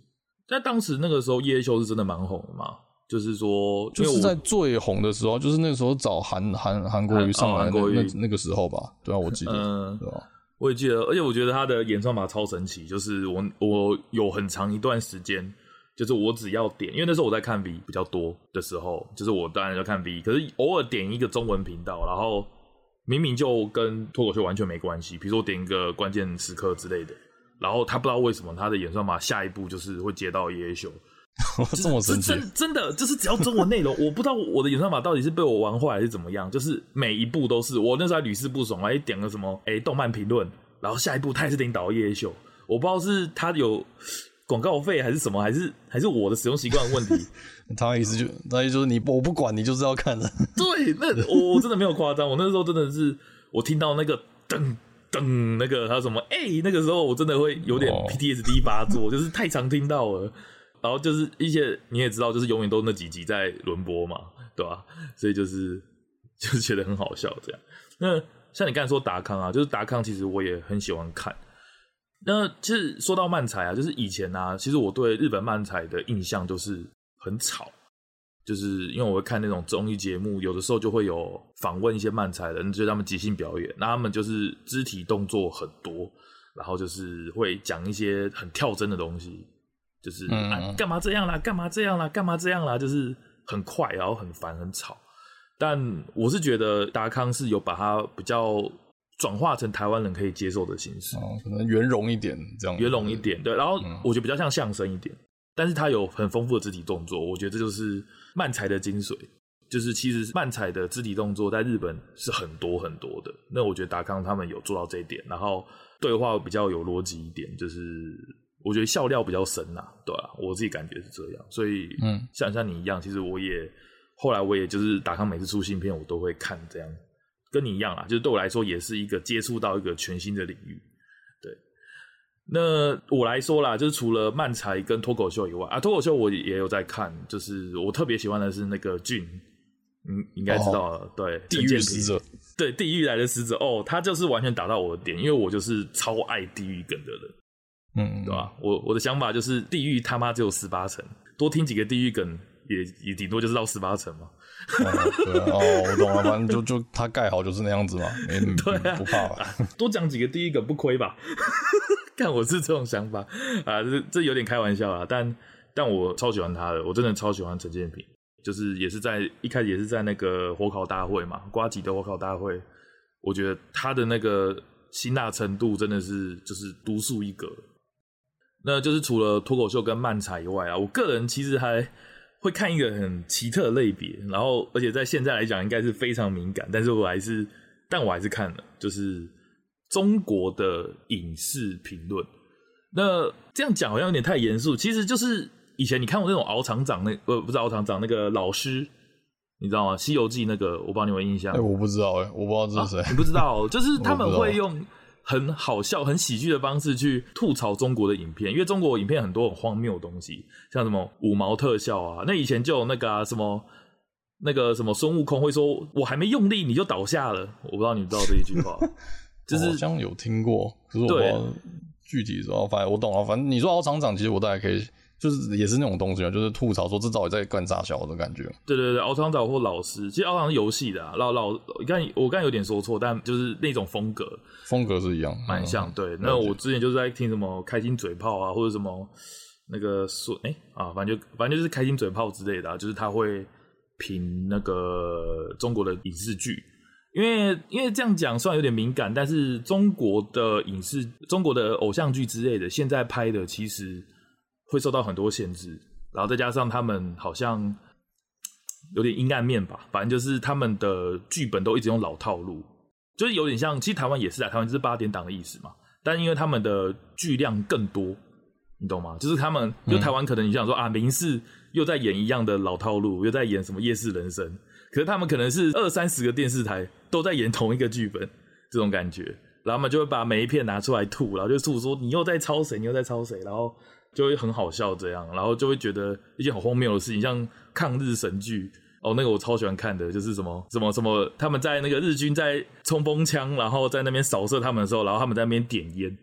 在当时那个时候，夜夜秀是真的蛮红的嘛，就是说， 就是在最红的时候，就是那时候找韩韩韩国瑜上来那、哦、那那个时候吧，对啊，我记得，嗯，对吧？ 我也记得，而且我觉得他的演算法超神奇，就是我我有很长一段时间，就是我只要点，因为那时候我在看 V 比较多的时候，就是我当然就看 V， 可是偶尔点一个中文频道，然后明明就跟脱口秀完全没关系，比如说我点一个关键时刻之类的，然后他不知道为什么他的演算法下一步就是会接到夜夜秀。 这么神奇， 真真的就是只要中文内容，我不知道我的演算法到底是被我玩坏还是怎么样，就是每一步都是我那时候还屡试不爽，还点个什么哎、欸、动漫评论，然后下一步他也是领导夜夜秀，我不知道是他有广告费还是什么，还是还是我的使用习惯的问题。 他的意思就他意思就是你我不管你就是要看的。 对，那我我真的没有夸张，我那时候真的是我听到那个噔噔那个他什么哎、欸、那个时候我真的会有点 P T S D 发作，哦、就是太常听到了。然后就是一些你也知道，就是永远都那几集在轮播嘛，对吧？所以就是就是觉得很好笑这样。那像你刚才说达康啊，就是达康，其实我也很喜欢看。那其实说到漫才啊，就是以前啊，其实我对日本漫才的印象就是很吵，就是因为我会看那种综艺节目，有的时候就会有访问一些漫才人，就是他们即兴表演，那他们就是肢体动作很多，然后就是会讲一些很跳针的东西。就是嗯啊，干嘛这样啦？干嘛这样啦？干嘛这样啦？就是很快，然后很烦，很吵。但我是觉得达康是有把它比较转化成台湾人可以接受的形式， 哦，可能圆融一点这样， 圆融一点，对。然后我觉得比较像相声一点，嗯、但是它有很丰富的肢体动作，我觉得这就是漫才的精髓。就是其实漫才的肢体动作在日本是很多很多的，那我觉得达康他们有做到这一点，然后对话比较有逻辑一点，就是。我觉得笑料比较深呐、啊，对啊，我自己感觉是这样，所以，嗯，像像你一样，其实我也后来我也就是达康每次出新片，我都会看，这样跟你一样啦，就是对我来说也是一个接触到一个全新的领域。对，那我来说啦，就是除了漫才跟脱口秀以外啊，脱口秀我也有在看，就是我特别喜欢的是那个俊，嗯，应该知道了，哦、对， 地狱使者， 对，地狱来的使者，哦，他就是完全打到我的点，因为我就是超爱地狱梗的人。嗯，对吧？我我的想法就是地狱他妈只有十八层，多听几个地狱梗也也顶多就是到十八层嘛。 哦，对哦，我懂了，反正就就他盖好就是那样子嘛，没对、啊、 不怕吧？ 多讲几个地狱梗不亏吧？看我是这种想法啊，这这有点开玩笑啦，但但我超喜欢他的，我真的超喜欢陈建平，就是也是在一开始也是在那个火烤大会嘛，呱吉的火烤大会，我觉得他的那个辛辣程度真的是就是独树一格。那就是除了脱口秀跟漫才以外啊，我个人其实还会看一个很奇特的类别，然后而且在现在来讲应该是非常敏感，但是我还是但我还是看了，就是中国的影视评论。那这样讲好像有点太严肃，其实就是以前你看过那种敖厂长那呃不是敖厂长那个老师，你知道吗？西游记那个我不知道你有没有印象？ 哎、欸，我不知道哎、欸，我不知道这是谁、 啊，你不知道，就是他们会用很好笑、很喜剧的方式去吐槽中国的影片，因为中国影片很多很荒谬的东西，像什么五毛特效啊，那以前就有那个啊什么那个什么孙悟空会说“我还没用力你就倒下了”，我不知道你知道这一句话，就是好像有听过，可是我不知道具体说，反正我懂了。反正你说敖厂长，其实我大概可以，就是也是那种东西啊，就是吐槽说这到底在干啥小的感觉。 对对对，敖厂长或老师，其实敖厂是游戏的啊，老老，你看我刚才有点说错，但就是那种风格， 风格是一样， 蛮像。对，那我之前就是在听什么开心嘴炮啊，或者什么那个说，哎、欸、啊，反正就反正就是开心嘴炮之类的、啊，就是他会评那个中国的影视剧。因为因为这样讲虽然有点敏感，但是中国的影视、中国的偶像剧之类的，现在拍的其实会受到很多限制，然后再加上他们好像有点阴暗面吧，反正就是他们的剧本都一直用老套路，就是有点像，其实台湾也是啊，台湾就是八点档的意思嘛，但因为他们的剧量更多，你懂吗？就是他们，就台湾可能你想说、嗯、啊，民视又在演一样的老套路，又在演什么夜市人生。可是他们可能是二三十个电视台都在演同一个剧本，这种感觉，然后他们就会把每一片拿出来吐，然后就吐说你又在抄谁，你又在抄谁，然后就会很好笑这样，然后就会觉得一件很荒谬的事情，像抗日神剧哦，那个我超喜欢看的，就是什么什么什么，他们在那个日军在冲锋枪，然后在那边扫射他们的时候，然后他们在那边点烟，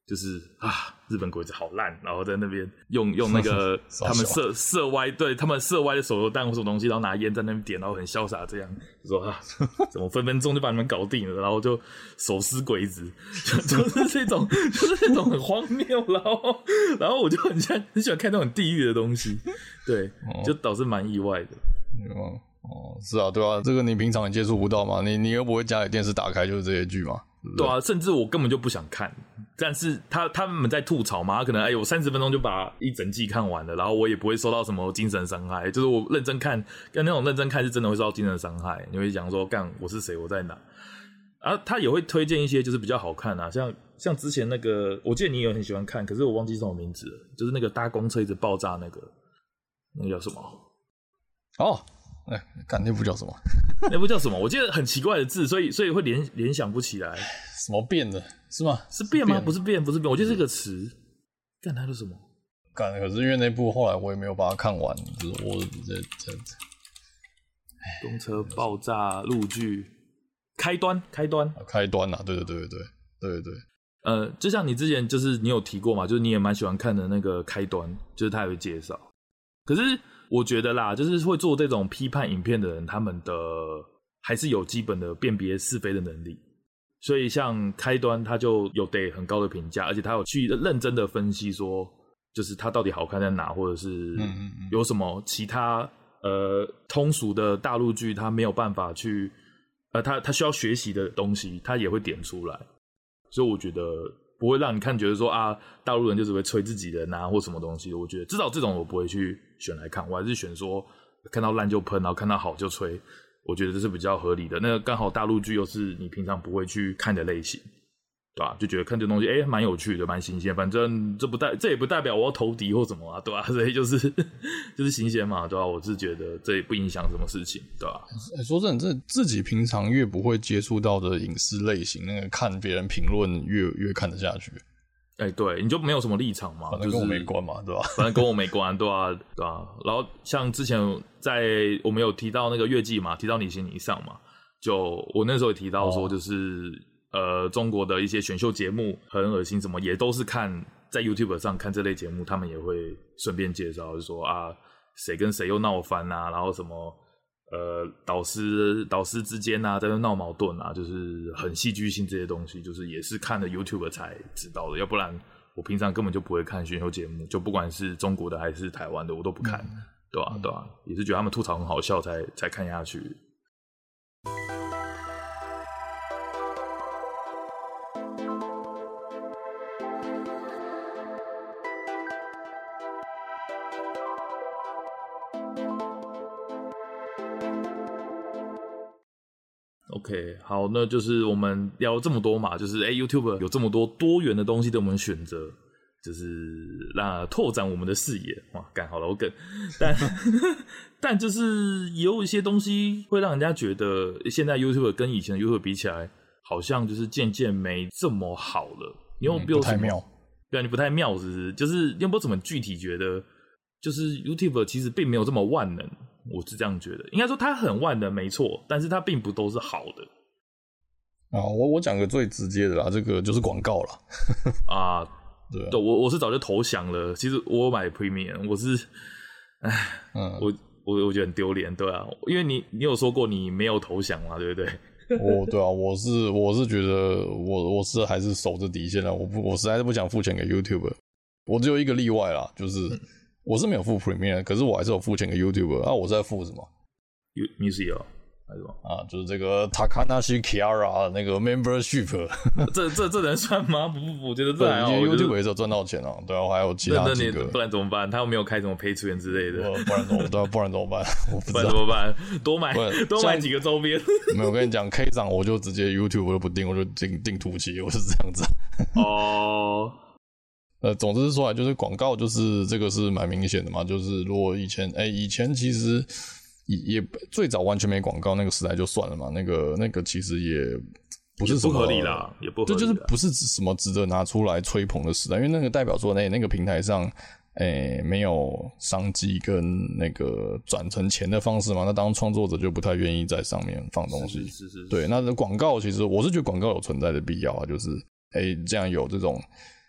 就是啊，日本鬼子好烂，然后在那边用用那个他们射射歪，对他们射歪的手榴弹或什么东西，然后拿烟在那边点，然后很潇洒这样，就说啊，怎么分分钟就把你们搞定了，然后就手撕鬼子，就就是这种，就是这种很荒谬，然后然后我就很喜欢很喜欢看那种地狱的东西，对，就导致蛮意外的。 哦哦，是啊，对啊，这个你平常也接触不到嘛，你你又不会家里电视打开就是这些剧嘛。 对啊，甚至我根本就不想看，但是他他们在吐槽嘛，他可能哎，我三十分钟就把一整季看完了，然后我也不会受到什么精神伤害，就是我认真看，跟那种认真看是真的会受到精神伤害，你会讲说干我是谁，我在哪，啊，他也会推荐一些就是比较好看啊，像像之前那个，我记得你也很喜欢看，可是我忘记什么名字了，就是那个搭公车一直爆炸那个，那个叫什么？ 哦。哎，看那部叫什么？ 那部叫什么？我记得很奇怪的字，所以所以会联联想不起来。 什么变的？是吗？ 是变吗？不是变，不是变。我记得是个词。干它是什么？ 干，可是因为那部后来我也没有把它看完，就是我这这公车爆炸陆剧开端，开端， 啊、开端啊！对对对对对对对。 呃，就像你之前就是你有提过嘛，就是你也蛮喜欢看的那个开端，就是他也会介绍。可是我觉得啦，就是会做这种批判影片的人，他们的还是有基本的辨别是非的能力。所以像开端，他就有得很高的评价，而且他有去认真的分析说，就是他到底好看在哪，或者是有什么其他呃通俗的大陆剧他没有办法去呃他他需要学习的东西，他也会点出来。所以我觉得不会让你看觉得说啊，大陆人就只会吹自己人啊或什么东西。我觉得至少这种我不会去选来看，我还是选说看到烂就喷，然后看到好就吹。我觉得这是比较合理的。那个刚好大陆剧又是你平常不会去看的类型，对吧？就觉得看这东西，哎，蛮有趣的，蛮新鲜。反正这不代这也不代表我要投敌或什么啊，对吧？所以就是就是新鲜嘛，对吧？我是觉得这也不影响什么事情，对吧？ 欸、说真的，这自己平常越不会接触到的影视类型，那个看别人评论越越看得下去。 哎、欸，对，你就没有什么立场嘛， 反正跟我没关嘛，对吧？ 反正跟我没关，对吧、啊？对吧、啊？然后像之前在我们有提到那个月季嘛，提到你行你上嘛，就我那时候也提到说，就是、哦、呃中国的一些选秀节目很恶心，什么也都是看在 YouTube 上看这类节目，他们也会顺便介绍，就说啊谁跟谁又闹翻啊，然后什么呃导师导师之间啊在那闹矛盾啊，就是很戏剧性这些东西，就是也是看了 YouTube 才知道的，要不然我平常根本就不会看选秀节目，就不管是中国的还是台湾的，我都不看，嗯、对吧、啊？对吧、啊？也是觉得他们吐槽很好笑才才看下去。OK， 好，那就是我们聊这么多嘛，就是哎 ，YouTube 有这么多多元的东西等我们选择，就是让拓展我们的视野。哇，干好老梗，但但就是也有一些东西会让人家觉得，现在 YouTube 跟以前的 YouTube 比起来，好像就是渐渐没这么好了。你有没有、嗯、 不太妙？ 对啊，你不太妙，是不是？就是你有没有怎么具体觉得，就是 YouTube 其实并没有这么万能？我是这样觉得，应该说它很万能没错，但是它并不都是好的啊。我我讲个最直接的啦，这个就是广告啦。 啊， 对啊， 对我我是早就投降了。其实我买 Premium， 我是，哎，嗯，我我我觉得很丢脸，对啊，因为你你有说过你没有投降嘛，对不对？ 我对啊，我是我是觉得我我是还是守着底线啦，我不我实在是不想付钱给 YouTube， 我只有一个例外啦，就是。嗯我是没有付 Premium， 可是我还是有付钱给 YouTuber 啊。我是在付什么 ？Music 还是什么？ 啊，就是这个 Takanashi Kiara 那个 Membership 这这这能算吗？不不不，我觉得这还好。 YouTuber 也是有赚到钱啊，对啊，我还有其他几个。 不然怎么办？他又没有开什么 Patreon 之类的， 不然怎么对、啊？不然怎么办？我不知道。 不然怎么办？多买多买几个周边。 没有，我跟你讲 ，K 档我就直接 YouTube 我就不定，我就定定图期，我是这样子。 哦。 呃，总之说来就是广告，就是这个是蛮明显的嘛。就是如果以前，哎、欸，以前其实也也最早完全没广告那个时代就算了嘛。那个那个其实也不是什么不合理啦，也不合理啦， 这就是不是什么值得拿出来吹捧的时代，因为那个代表说那那个平台上，哎、欸，没有商机跟那个转成钱的方式嘛。那当创作者就不太愿意在上面放东西。 是是 是, 是。 对，那广告其实我是觉得广告有存在的必要啊，就是哎、欸，这样有这种。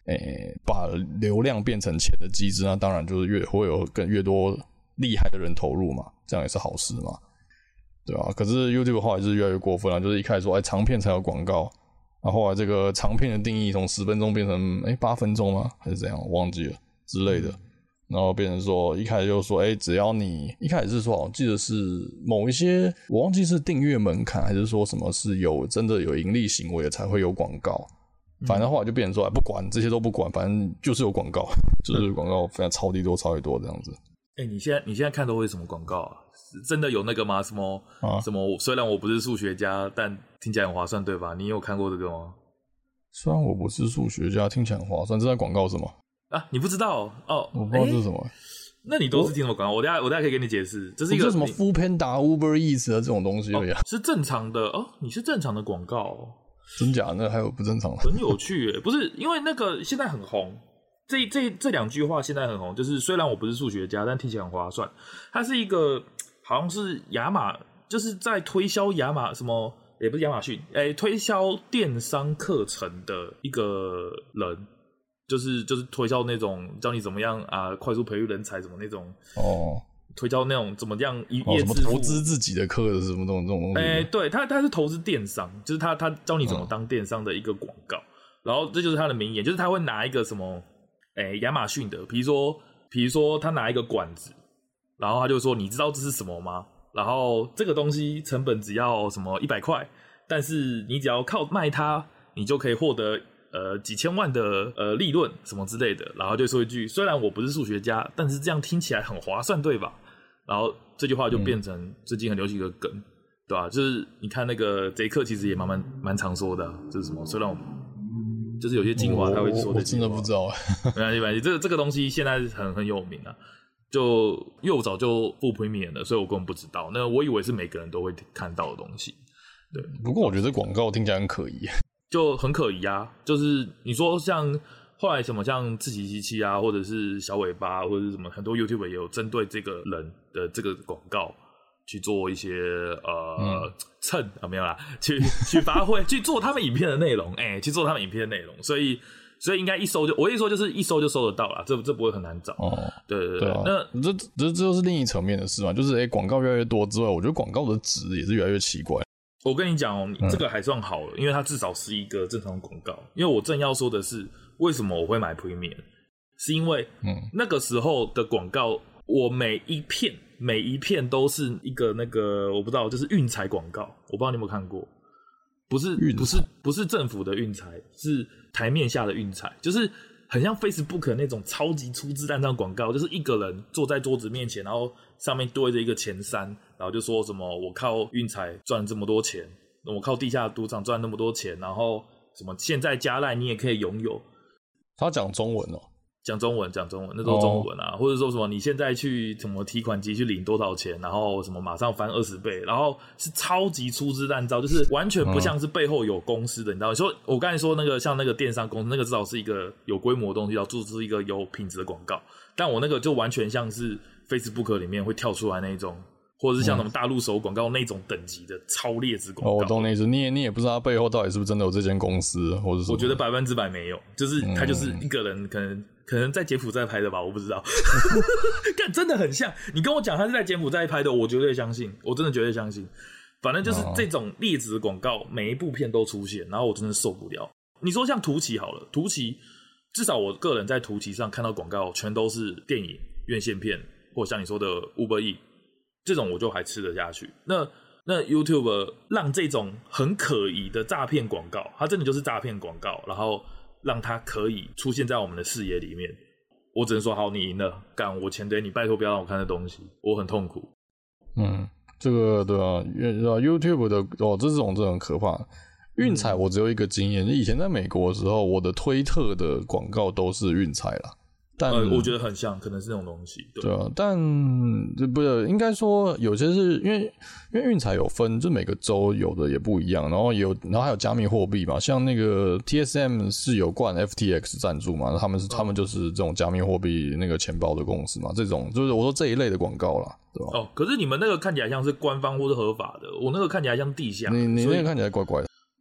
诶把流量变成钱的机制，那当然就是越会有更越多厉害的人投入嘛，这样也是好事嘛，对吧？可是 YouTube 后来就是越来越过分了，就是一开始说哎长片才有广告，然后后来这个长片的定义从十分钟变成哎八分钟吗？还是怎样？我忘记了之类的。然后变成说，一开始就说，哎，只要你一开始是说，我记得是某一些，我忘记是订阅门槛，还是说什么是有真的有盈利行为的才会有广告。反正后来就变成说，不管这些都不管，反正就是有广告，就是广告非常超级多、超级多这样子。 哎、欸，你现在你现在看都会什么广告啊？真的有那个吗？什么、啊、什么？虽然我不是数学家，但听起来很划算，对吧？你有看过这个吗？ 虽然我不是数学家，听起来很划算。这在广告什么？ 啊，你不知道哦？ 我不知道这是什么、欸。 那你都是听什么广告？我等下我等下可以给你解释。这是一个什么 Foodpanda、Uber Eats 的这种东西而已、啊哦。是正常的哦，你是正常的广告、哦。 真假？那还有不正常的？ 很有趣耶，不是因为那个现在很红。这这这两句话现在很红，就是虽然我不是数学家，但听起来很划算。它是一个好像是亚马，就是在推销亚马什么，也不是亚马逊，哎、欸，推销电商课程的一个人。就是就是推销那种教你怎么样啊，快速培育人才什么那种哦，推销那种怎么样一夜致富、哦、 什么投资自己的课的什么这种这种东西。 哎、欸，对他他是投资电商，就是他他教你怎么当电商的一个广告、嗯，然后这就是他的名言，就是他会拿一个什么哎亚马逊的，比如说比如说他拿一个管子，然后他就说你知道这是什么吗？然后这个东西成本只要什么一百块，但是你只要靠卖它，你就可以获得。呃，几千万的呃利润什么之类的，然后就说一句，虽然我不是数学家，但是这样听起来很划算，对吧？然后这句话就变成最近很流行的梗，嗯、对吧？就是你看那个贼客其实也蛮蛮蛮常说的、啊，就是什么，虽然我就是有些精华他会说的， 我真的不知道， 没关系，没关系，这个这个东西现在很很有名啊。就因为我早就付 Premium 了，所以我根本不知道。那我以为是每个人都会看到的东西，对。 不过我觉得广告听起来很可疑。 就很可疑啊，就是你说像后来什么像志祺七七啊，或者是小尾巴，或者是什么很多 YouTuber 也有针对这个人的这个广告去做一些呃蹭、嗯、啊没有啦，去去发挥去做他们影片的内容，哎、欸，去做他们影片的内容，所以所以应该一搜就我一说就是一搜就搜得到啦，这这不会很难找哦。对对 对, 对、啊， 那这这这就是另一层面的事嘛，就是哎广告越来越多之外，我觉得广告的值也是越来越奇怪。 我跟你讲哦，你这个还算好了、嗯，因为它至少是一个正常的广告。因为我正要说的是，为什么我会买 Premium， 是因为那个时候的广告，我每一片每一片都是一个那个我不知道，就是运财广告，我不知道你有没有看过，不是不是不是政府的运财，是台面下的运财，就是很像 Facebook 那种超级粗制滥造广告，就是一个人坐在桌子面前，然后上面对着一个钱山，然后就说什么我靠运财赚这么多钱，我靠地下赌场赚那么多钱，然后什么现在加赖你也可以拥有。 他讲中文哦， 讲中文讲中文，那都是中文啊、哦，或者说什么你现在去什么提款机去领多少钱，然后什么马上翻二十倍，然后是超级粗制滥造，就是完全不像是背后有公司的，嗯、你知道？你说我刚才说那个像那个电商公司，那个至少是一个有规模的东西，要做出一个有品质的广告，但我那个就完全像是 Facebook 里面会跳出来那一种。或者是像什么大陆手广告那种等级的超劣质广告、嗯，哦， 我懂那意思。你也你也不知道他背后到底是不是真的有这间公司，或者是我觉得百分之百没有，就是他就是一个人，可能、嗯、可能在柬埔寨拍的吧，我不知道。干真的很像，你跟我讲他是在柬埔寨拍的，我绝对相信，我真的绝对相信。反正就是这种劣质的广告，每一部片都出现，然后我真的受不了。你说像图奇好了，图奇至少我个人在图奇上看到广告，全都是电影院线片，或像你说的 Uber Eats。这种我就还吃得下去。那那 YouTube 让这种很可疑的诈骗广告，它真的就是诈骗广告，然后让它可以出现在我们的视野里面。我只能说好，你赢了，干我钱给你，拜托不要让我看这东西，我很痛苦。 嗯，这个对啊 ，YouTube 的哦，这种真的很可怕。运彩我只有一个经验，以前在美国的时候，我的推特的广告都是运彩啦。但、 呃、我觉得很像，可能是那种东西，对, 对啊。但不是应该说有些是因为因为运彩有分，就每个州有的也不一样，然后有然后还有加密货币嘛，像那个 T S M 是有冠 F T X 赞助嘛，他们是、嗯、他们就是这种加密货币那个钱包的公司嘛，这种就是我说这一类的广告啦，对吧？ 哦，可是你们那个看起来像是官方或是合法的，我那个看起来像地下， 你你那个看起来怪怪的。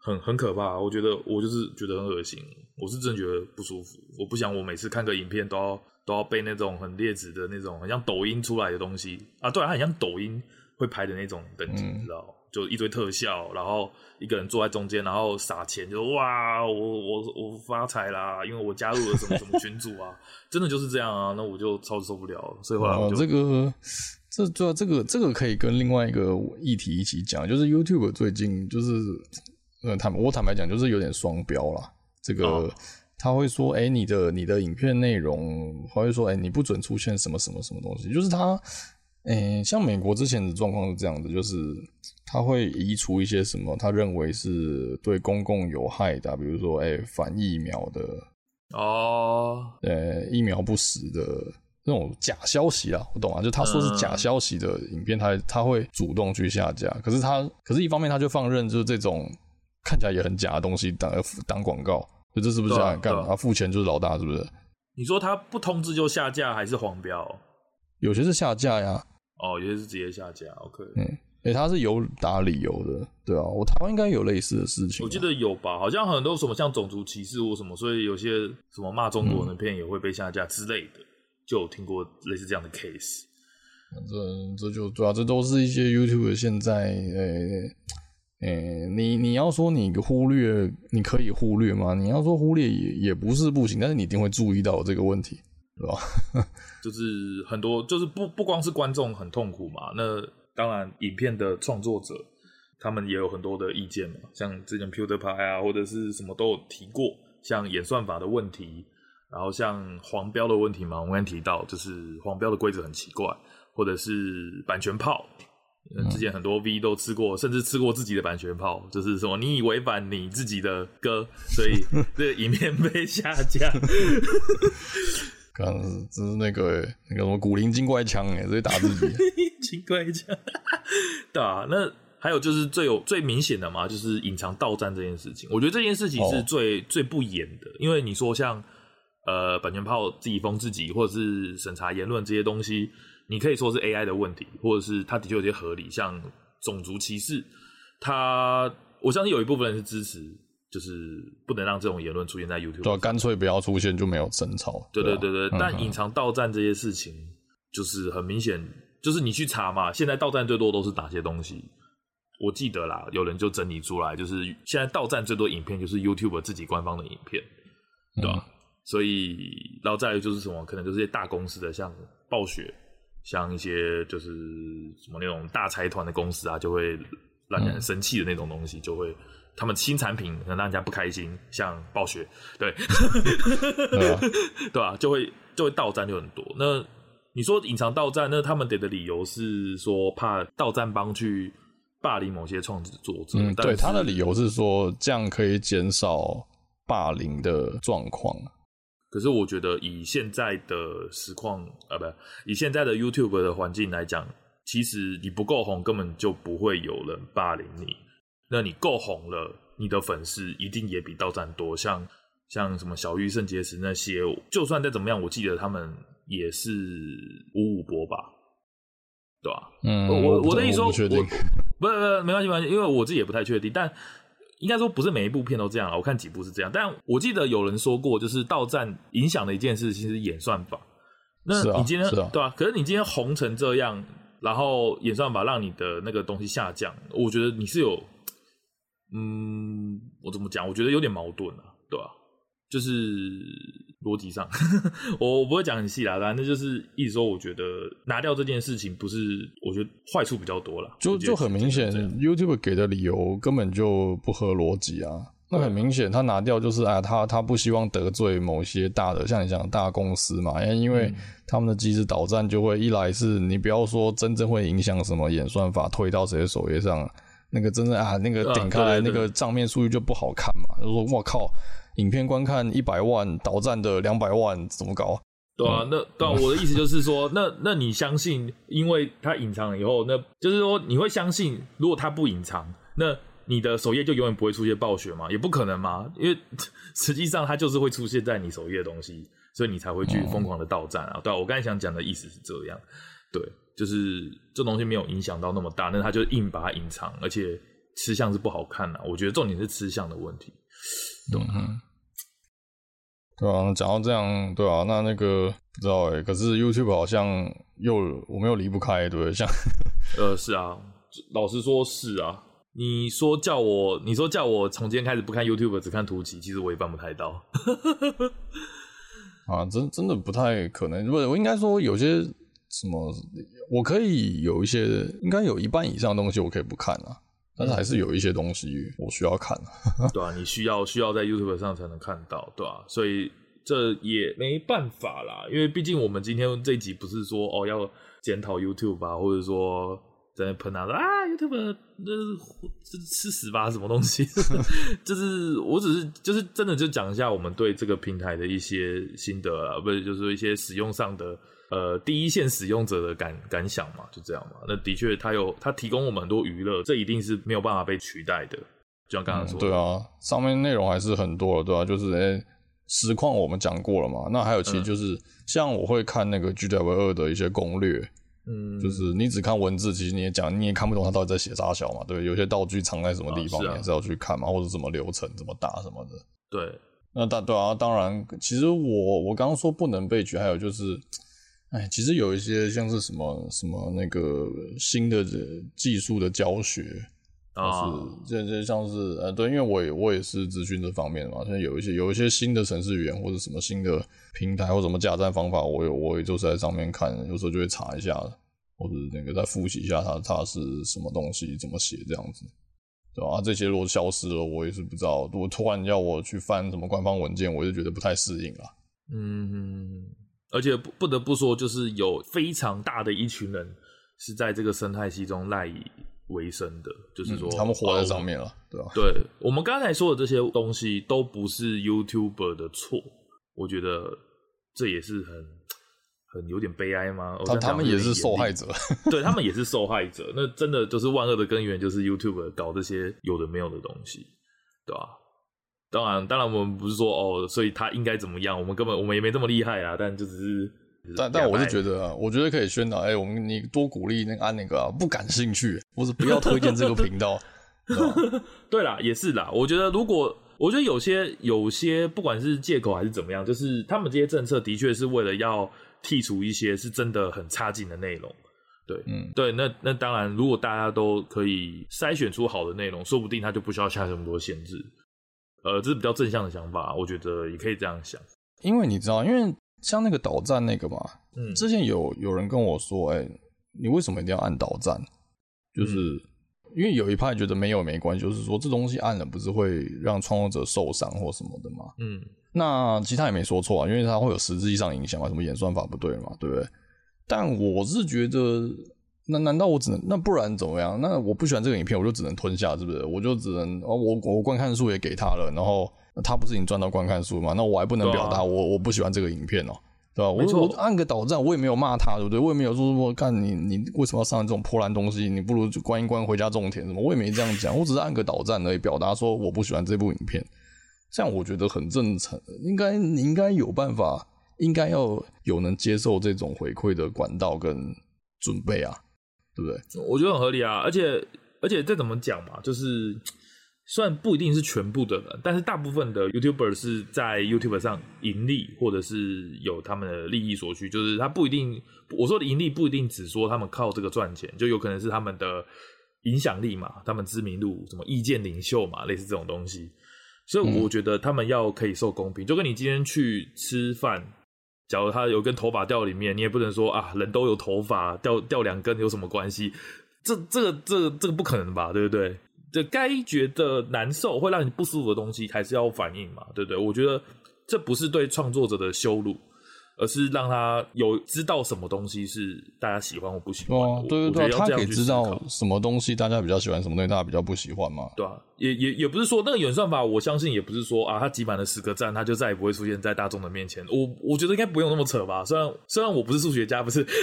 很很可怕。我觉得我就是觉得很恶心，我是真的觉得不舒服。我不想我每次看个影片都要都要被那种很劣质的那种很像抖音出来的东西啊，对啊，它很像抖音会拍的那种等级，嗯、你知道，就一堆特效，然后一个人坐在中间，然后撒钱，就哇，我我我发财啦，因为我加入了什么什么群组啊，真的就是这样啊，那我就超受不了，所以后来我就、 哦、这个这主要这个这个可以跟另外一个议题一起讲，就是 YouTube 最近就是呃坦我坦白讲就是有点双标啦，这个。哦他会说：“哎、欸，你的你的影片内容，他会说：哎、欸，你不准出现什么什么什么东西。就是他，哎、欸，像美国之前的状况是这样的，就是他会移除一些什么他认为是对公共有害的、啊，比如说哎、欸、反疫苗的哦， 呃疫苗不实的那种假消息啦，我懂啊，就他说是假消息的影片，他他会主动去下架。可是他，可是一方面他就放任就是这种看起来也很假的东西当当广告。”就这是不是这样干？他付钱就是老大，是不是？ 你说他不通知就下架，还是黄标？ 有些是下架呀。 哦，有些是直接下架。OK， 嗯，诶、欸，他是有打理由的，对啊。我台湾应该有类似的事情、啊， 我记得有吧？好像很多什么像种族歧视或什么，所以有些什么骂中国人的片也会被下架之类的，嗯、就有听过类似这样的 case。 这这就对啊，这都是一些 YouTube 现在诶。欸欸、你你要说你忽略，你可以忽略吗？你要说忽略也也不是不行，但是你一定会注意到这个问题，对吧？ 就是很多，就是不不光是观众很痛苦嘛，那当然影片的创作者他们也有很多的意见嘛，像之前 PewDiePie 啊，或者是什么都有提过，像演算法的问题，然后像黄标的问题嘛，我们刚才提到就是黄标的规则很奇怪，或者是版权炮。之前很多 V 都吃过，甚至吃过自己的版权炮，就是什么你违反你自己的歌，所以这个影片被下架。 刚这是那个那个什么古灵精怪枪哎，直接打自己。 精怪枪，对啊。那还有就是最有最明显的嘛，就是隐藏盗赞这件事情。我觉得这件事情是最、哦、最不严的，因为你说像呃版权炮自己封自己，或者是审查言论这些东西。你可以说是 A I 的问题，或者是它的确有些合理，像种族歧视，它我相信有一部分人是支持，就是不能让这种言论出现在 YouTube， 对、啊，干脆不要出现就没有争吵。 对对对对， 对啊、 但隐藏盗赞这些事情，就是很明显，就是你去查嘛，现在盗赞最多都是哪些东西？我记得啦，有人就整理出来，就是现在盗赞最多影片就是 YouTube 自己官方的影片，对吧、啊嗯？所以，然后再来就是什么，可能就是一些大公司的，像暴雪。像一些就是什么那种大财团的公司啊，就会让人很生气的那种东西，嗯、就会他们新产品能让人家不开心，像暴雪，对，对啊，对啊，就会就会盗赞就很多。那你说隐藏盗赞，那他们给的理由是说怕盗赞帮去霸凌某些创作者， 嗯，对，他的理由是说这样可以减少霸凌的状况。 可是我觉得以现在的实况啊，不，以现在的 YouTube 的环境来讲，其实你不够红，根本就不会有人霸凌你。那你够红了，你的粉丝一定也比盗赞多。像像什么小玉、肾结石那些，就算再怎么样，我记得他们也是五五波吧，对吧、啊？嗯，我我的意思说，我不确定，我不是不是没关系没关系，因为我自己也不太确定，但。应该说不是每一部片都这样啦，我看几部是这样，但我记得有人说过，就是盗赞影响的一件事情是演算法。那你今天、啊啊、对吧、啊？可是你今天红成这样，然后演算法让你的那个东西下降，我觉得你是有，嗯，我怎么讲？我觉得有点矛盾啊，对吧、啊？就是逻辑上，我我不会讲很细啦，反正就是一直说，我觉得拿掉这件事情不是，我觉得坏处比较多啦， 就就很明显 ，YouTube 给的理由根本就不合逻辑啊。那很明显，他拿掉就是啊，他他不希望得罪某些大的，像你讲的大公司嘛，因为他们的机制导战就会一来是你不要说真正会影响什么演算法推到谁的首页上，那个真的啊，那个点开来那个账面数据就不好看嘛，就说我靠。影片观看一百万，导赞的两百万，怎么搞？ 对啊，那对啊，我的意思就是说，那那你相信，因为它隐藏了以后，那就是说你会相信，如果它不隐藏，那你的首页就永远不会出现暴雪吗？也不可能嘛，因为实际上它就是会出现在你首页的东西，所以你才会去疯狂的盗赞啊。对啊，我刚才想讲的意思是这样，对，就是这东西没有影响到那么大，那它就硬把它隐藏，而且吃相是不好看啊。我觉得重点是吃相的问题，懂吗？ 嗯，对啊，讲到这样，对啊，那那个不知道哎、欸，可是 YouTube 好像又我们又离不开，对不对？像呃，是啊，老实说是啊。你说叫我，你说叫我从今天开始不看 YouTube 只看图奇，其实我也办不太到。 啊，真真的不太可能。不是，我应该说有些什么，我可以有一些，应该有一半以上的东西我可以不看啊，但是还是有一些东西我需要看。 对啊，你需要需要在 YouTube 上才能看到，对啊，所以这也没办法啦，因为毕竟我们今天这一集不是说哦要检讨 YouTube 啊，或者说在那喷啊啊 YouTube 呃吃屎吧什么东西，就是我只是就是真的就讲一下我们对这个平台的一些心得啦，不是就是说一些使用上的呃第一线使用者的感感想嘛，就这样嘛。那的确它有它提供我们很多娱乐，这一定是没有办法被取代的，就像刚刚说的、 嗯。对啊，上面内容还是很多的，对啊，就是诶、欸、实况我们讲过了嘛，那还有其实就是、嗯、像我会看那个 G W 二 的一些攻略。嗯，就是你只看文字，其实你也讲你也看不懂他到底在写啥小嘛，对，有些道具藏在什么地方，你、啊啊、还是要去看嘛，或者什么流程怎么打什么的。 对， 那当对啊，当然，其实我我刚刚说不能被取，还有就是，哎，其实有一些像是什么什么那个新的技术的教学。啊，这这像是呃，对，因为我也我也是资讯这方面的嘛，现在有一些有一些新的程式语言或者什么新的平台或什么架站方法，我有我也就是在上面看，有时候就会查一下，或者那个再复习一下它它是什么东西怎么写这样子，对吧？啊，这些如果消失了，我也是不知道。如果突然要我去翻什么官方文件，我就觉得不太适应啦。 嗯，而且不不得不说，就是有非常大的一群人是在这个生态系中赖以为生的，就是说、 嗯、他们活在上面了，对吧？ 对，我们刚才说的这些东西都不是 YouTuber 的错，我觉得这也是很很有点悲哀吗？ 他他们也是受害者， 对，他们也是受害者。那真的就是万恶的根源，就是 YouTuber 搞这些有的没有的东西，对吧？当然，当然我们不是说哦，所以他应该怎么样，我们根本我们也没这么厉害啊，但就只是。 但但我是觉得啊，我觉得可以宣导，哎、欸，我们你多鼓励那个按那个啊，不感兴趣，或者不要推荐这个频道。 对啦，也是啦。我觉得如果我觉得有些有些不管是借口还是怎么样，就是他们这些政策的确是为了要剔除一些是真的很差劲的内容。对，嗯，对，那那当然，如果大家都可以筛选出好的内容，说不定他就不需要下这么多限制。呃，这是比较正向的想法，我觉得也可以这样想。 因为你知道，因为。像那个导站那个嘛，嗯，之前有有人跟我说，哎、欸，你为什么一定要按导站？就是、嗯、因为有一派觉得没有没关系，就是说这东西按了不是会让创作者受伤或什么的嘛，嗯，那其实他也没说错啊，因为他会有实质上影响嘛，什么演算法不对嘛，对不对？但我是觉得，那难道我只能那不然怎么样？那我不喜欢这个影片，我就只能吞下，是不是？我就只能哦，我我观看数也给他了，然后。他不是已经赚到观看数吗？那我还不能表达我、啊、我不喜欢这个影片哦、喔，对吧？我我按个导站，我也没有骂他，对不对？我也没有说说看你你为什么要上这种破烂东西？你不如就关一关回家种田什么？我也没这样讲，我只是按个导站而已，表达说我不喜欢这部影片，这样我觉得很正常。应该你应该有办法，应该要有能接受这种回馈的管道跟准备啊，对不对？ 我觉得很合理啊，而且而且这怎么讲嘛，就是。虽然不一定是全部的人，但是大部分的 YouTuber 是在 YouTube 上盈利，或者是有他们的利益所需。就是他不一定，我说的盈利不一定只说他们靠这个赚钱，就有可能是他们的影响力嘛，他们知名度，什么意见领袖嘛，类似这种东西。所以我觉得他们要可以受公平，就跟你今天去吃饭，假如他有根头发掉里面，你也不能说啊，人都有头发，掉掉两根有什么关系？这这个这个这个不可能吧，对不对？这该觉得难受会让你不舒服的东西还是要反应嘛，对不对？我觉得这不是对创作者的羞辱，而是让他有知道什么东西是大家喜欢或不喜欢的。 哦，对对对，他可以知道什么东西大家比较喜欢，什么东西大家比较不喜欢嘛。 对啊，也也也不是说那个演算法，我相信也不是说啊，他集满了十个赞，他就再也不会出现在大众的面前。我我觉得应该不用那么扯吧。虽然虽然我不是数学家，不是，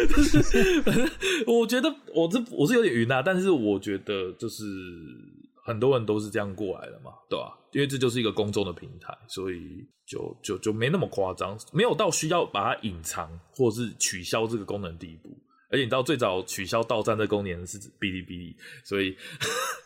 我觉得我这我是有点晕啊，但是我觉得就是很多人都是这样过来的嘛，对吧？因为这就是一个公众的平台，所以就就就没那么夸张，没有到需要把它隐藏或是取消这个功能的地步。而且你知道最早取消到站的功能是哔哩哔哩，所以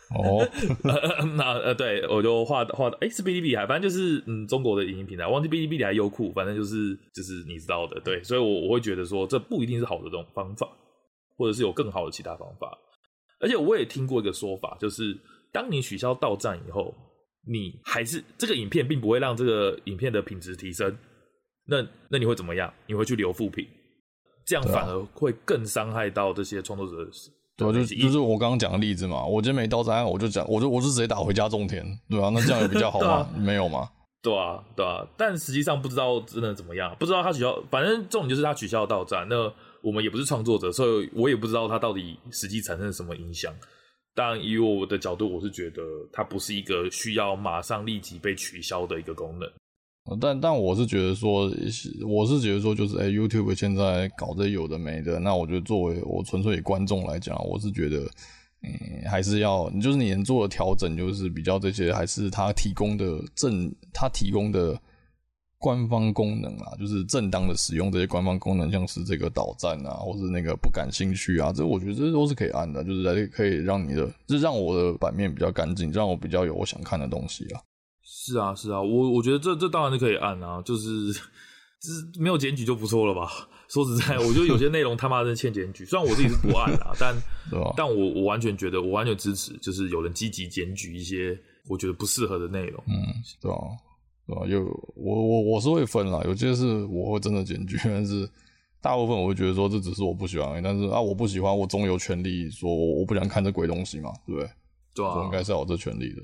哦， 那呃，对，我就画画，哎、欸，是哔哩哔哩还，反正就是嗯，中国的影音平台，忘记哔哩哔哩还优酷，反正就是就是你知道的，对，所以我我会觉得说，这不一定是好的这种方法，或者是有更好的其他方法。而且我也听过一个说法，就是当你取消到站以后，你还是这个影片并不会让这个影片的品质提升，那那你会怎么样？你会去留负评，这样反而会更伤害到这些创作者的事。 对啊，就就是我刚刚讲的例子嘛，我今天没到站，我就讲，我就我就直接打回家种田，对啊，那这样有比较好吗？啊、没有吗？ 对啊，对啊，但实际上不知道真的怎么样，不知道他取消，反正重点就是他取消到站，那我们也不是创作者，所以我也不知道他到底实际产生了什么影响。但以我的角度，我是觉得它不是一个需要马上立即被取消的一个功能。 但但我是觉得说，我是觉得说，就是哎、欸、，YouTube 现在搞这有的没的，那我觉得作为我纯粹以观众来讲，我是觉得，嗯，还是要，就是你能做的调整，就是比较这些，还是他提供的正，他提供的官方功能啊，就是正当的使用这些官方功能，像是这个导赞啊，或是那个不感兴趣啊，这我觉得这都是可以按的，就是来可以让你的，就是让我的版面比较干净，让我比较有我想看的东西啊。 是啊，是啊，我我觉得这这当然是可以按啊，就是就是没有检举就不错了吧。说实在，我觉得有些内容他妈真欠检举，虽然我自己是不按啦，但啊、 但我我完全觉得，我完全支持，就是有人积极检举一些我觉得不适合的内容。 嗯，对啊，对啊，有我我我是会分啦，有些是我会真的检举，但是大部分我会觉得说这只是我不喜欢，但是啊我不喜欢，我总有权利说我不想看这鬼东西嘛，对不对？ 对啊， 我应该是要有这权利的。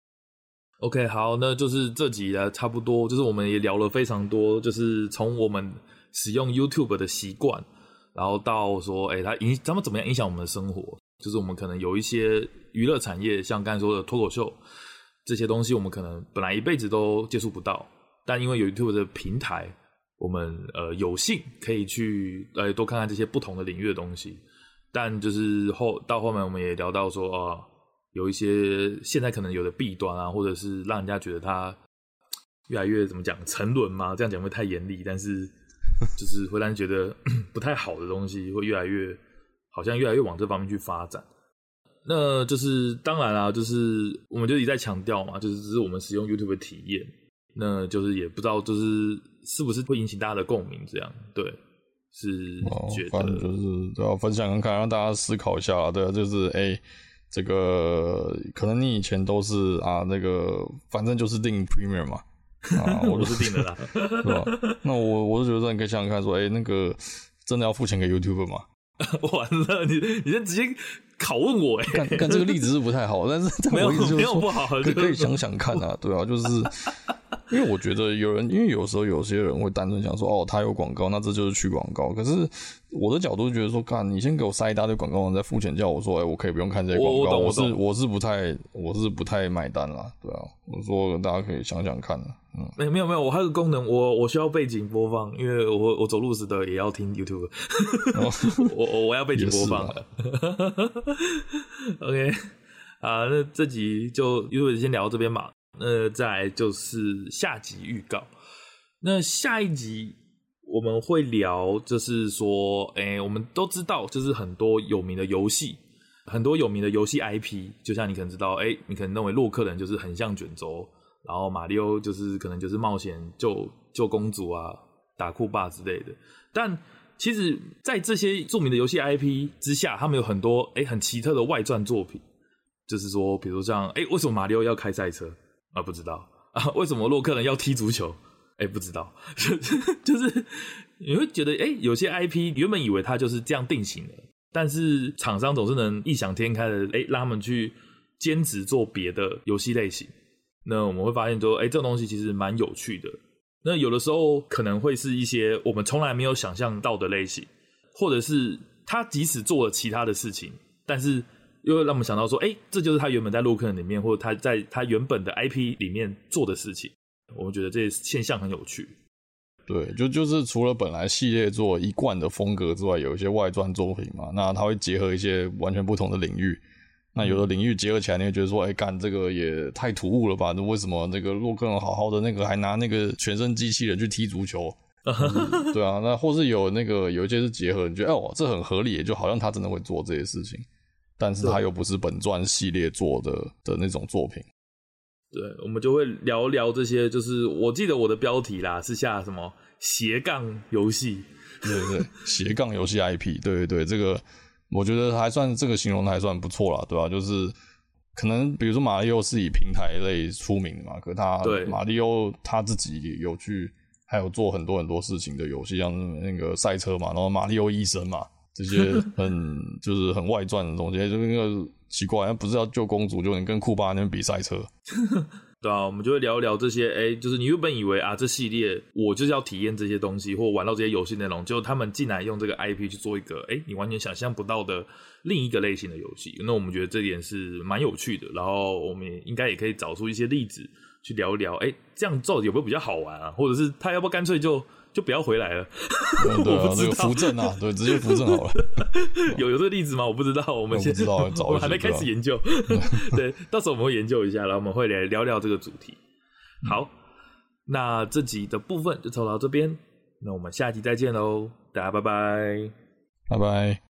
OK， 好，那就是这集啊，差不多，就是我们也聊了非常多，就是从我们使用 YouTube 的习惯，然后到说，哎、欸，它影，他们怎么样影响我们的生活？就是我们可能有一些娱乐产业，像刚才说的脱口秀这些东西，我们可能本来一辈子都接触不到，但因为有 YouTube 的平台，我们呃有幸可以去呃多看看这些不同的领域的东西。但就是后到后面我们也聊到说啊。呃有一些现在可能有的弊端啊，或者是让人家觉得它越来越怎么讲沉沦嘛，这样讲会太严厉，但是就是会让人觉得不太好的东西，会越来越好像越来越往这方面去发展。那就是当然啦，就是我们就一再强调嘛，就是这是我们使用 YouTube 的体验，那就是也不知道就是是不是会引起大家的共鸣，这样对，是觉得、 哦、反正就是都要分享看看，让大家思考一下啦，对啊，就是哎。欸这个可能你以前都是啊，那个反正就是订 Premium 嘛，啊，我都是订的啦， 是吧？那我我是觉得你可以想想看，说，哎、欸，那个真的要付钱给 YouTube 吗？ 完了，你你这直接拷问我哎、 欸！看看这个例子是不太好，但是但我意思就是说， 没有不好， 可可以想想看啊，对啊，就是因为我觉得有人，因为有时候有些人会单纯想说，哦，他有广告，那这就是去广告。可是我的角度觉得说，干，你先给我塞一大堆广告，再付钱叫我说，哎、欸，我可以不用看这些广告，我, 我, 我是我是不太我是不太买单啦，对啊，我说大家可以想想看啊。嗯， 没没有没有，我还有个功能，我我需要背景播放，因为我我走路时的也要听 YouTube， 我我我要背景播放了。OK， 啊，那这集就 YouTube 先聊到这边嘛。那再来就是下集预告。那下一集我们会聊，就是说，哎、欸，我们都知道，就是很多有名的游戏，很多有名的游戏 I P， 就像你可能知道，哎、欸，你可能认为洛克人就是横向卷轴。然后马里奥就是可能就是冒险救救公主啊，打酷霸之类的。但其实在这些著名的游戏 I P 之下，他们有很多诶很奇特的外传作品，就是说比如像诶为什么马里奥要开赛车啊？不知道啊。为什么洛克人要踢足球？诶不知道。就是你会觉得诶有些 I P 原本以为它就是这样定型的，但是厂商总是能异想天开的诶让他们去兼职做别的游戏类型。那我们会发现说，哎、欸，这种东西其实蛮有趣的。那有的时候可能会是一些我们从来没有想象到的类型，或者是他即使做了其他的事情，但是又让我们想到说，哎、欸，这就是他原本在洛克人里面，或者他在他原本的 I P 里面做的事情。我们觉得这些现象很有趣。 对，就就是除了本来系列作一贯的风格之外，有一些外传作品嘛，那他会结合一些完全不同的领域。那有的领域结合起来，你会觉得说，哎、欸，干这个也太突兀了吧？那为什么那个洛克人好好的那个还拿那个全身机器人去踢足球？对啊，那或是有那个有一些是结合，你觉得哦，这很合理，就好像他真的会做这些事情。 但是它又不是本传系列做的的那种作品。 对，我们就会聊聊这些，就是我记得我的标题啦是下什么斜杠游戏， 对对对，斜杠游戏 I P， 对对对，这个我觉得还算这个形容的还算不错啦，对吧、啊？就是可能比如说马里奥是以平台类出名的嘛，可他马里奥他自己有去还有做很多很多事情的游戏，像那个赛车嘛，然后马里奥医生嘛，这些很就是很外传的东西，就是那个奇怪，不是要救公主就能跟库巴那边比赛车。 对啊，我们就会聊一聊这些，哎，就是你原本以为啊，这系列我就是要体验这些东西或玩到这些游戏内容，结果他们进来用这个 I P 去做一个，哎，你完全想象不到的另一个类型的游戏。那我们觉得这点是蛮有趣的，然后我们也应该也可以找出一些例子去聊一聊，哎，这样做有没有比较好玩啊？或者是他要不要干脆就就不要回来了？ 嗯、对啊，这个扶正啊，对，直接扶正好了。 有有这个例子吗？我不知道，我们先我不知道，找我们还没开始研究。对，到时候我们会研究一下，然后我们会来聊聊这个主题。好，那这集的部分就抽到这边，那我们下集再见喽，大家拜拜， 拜拜。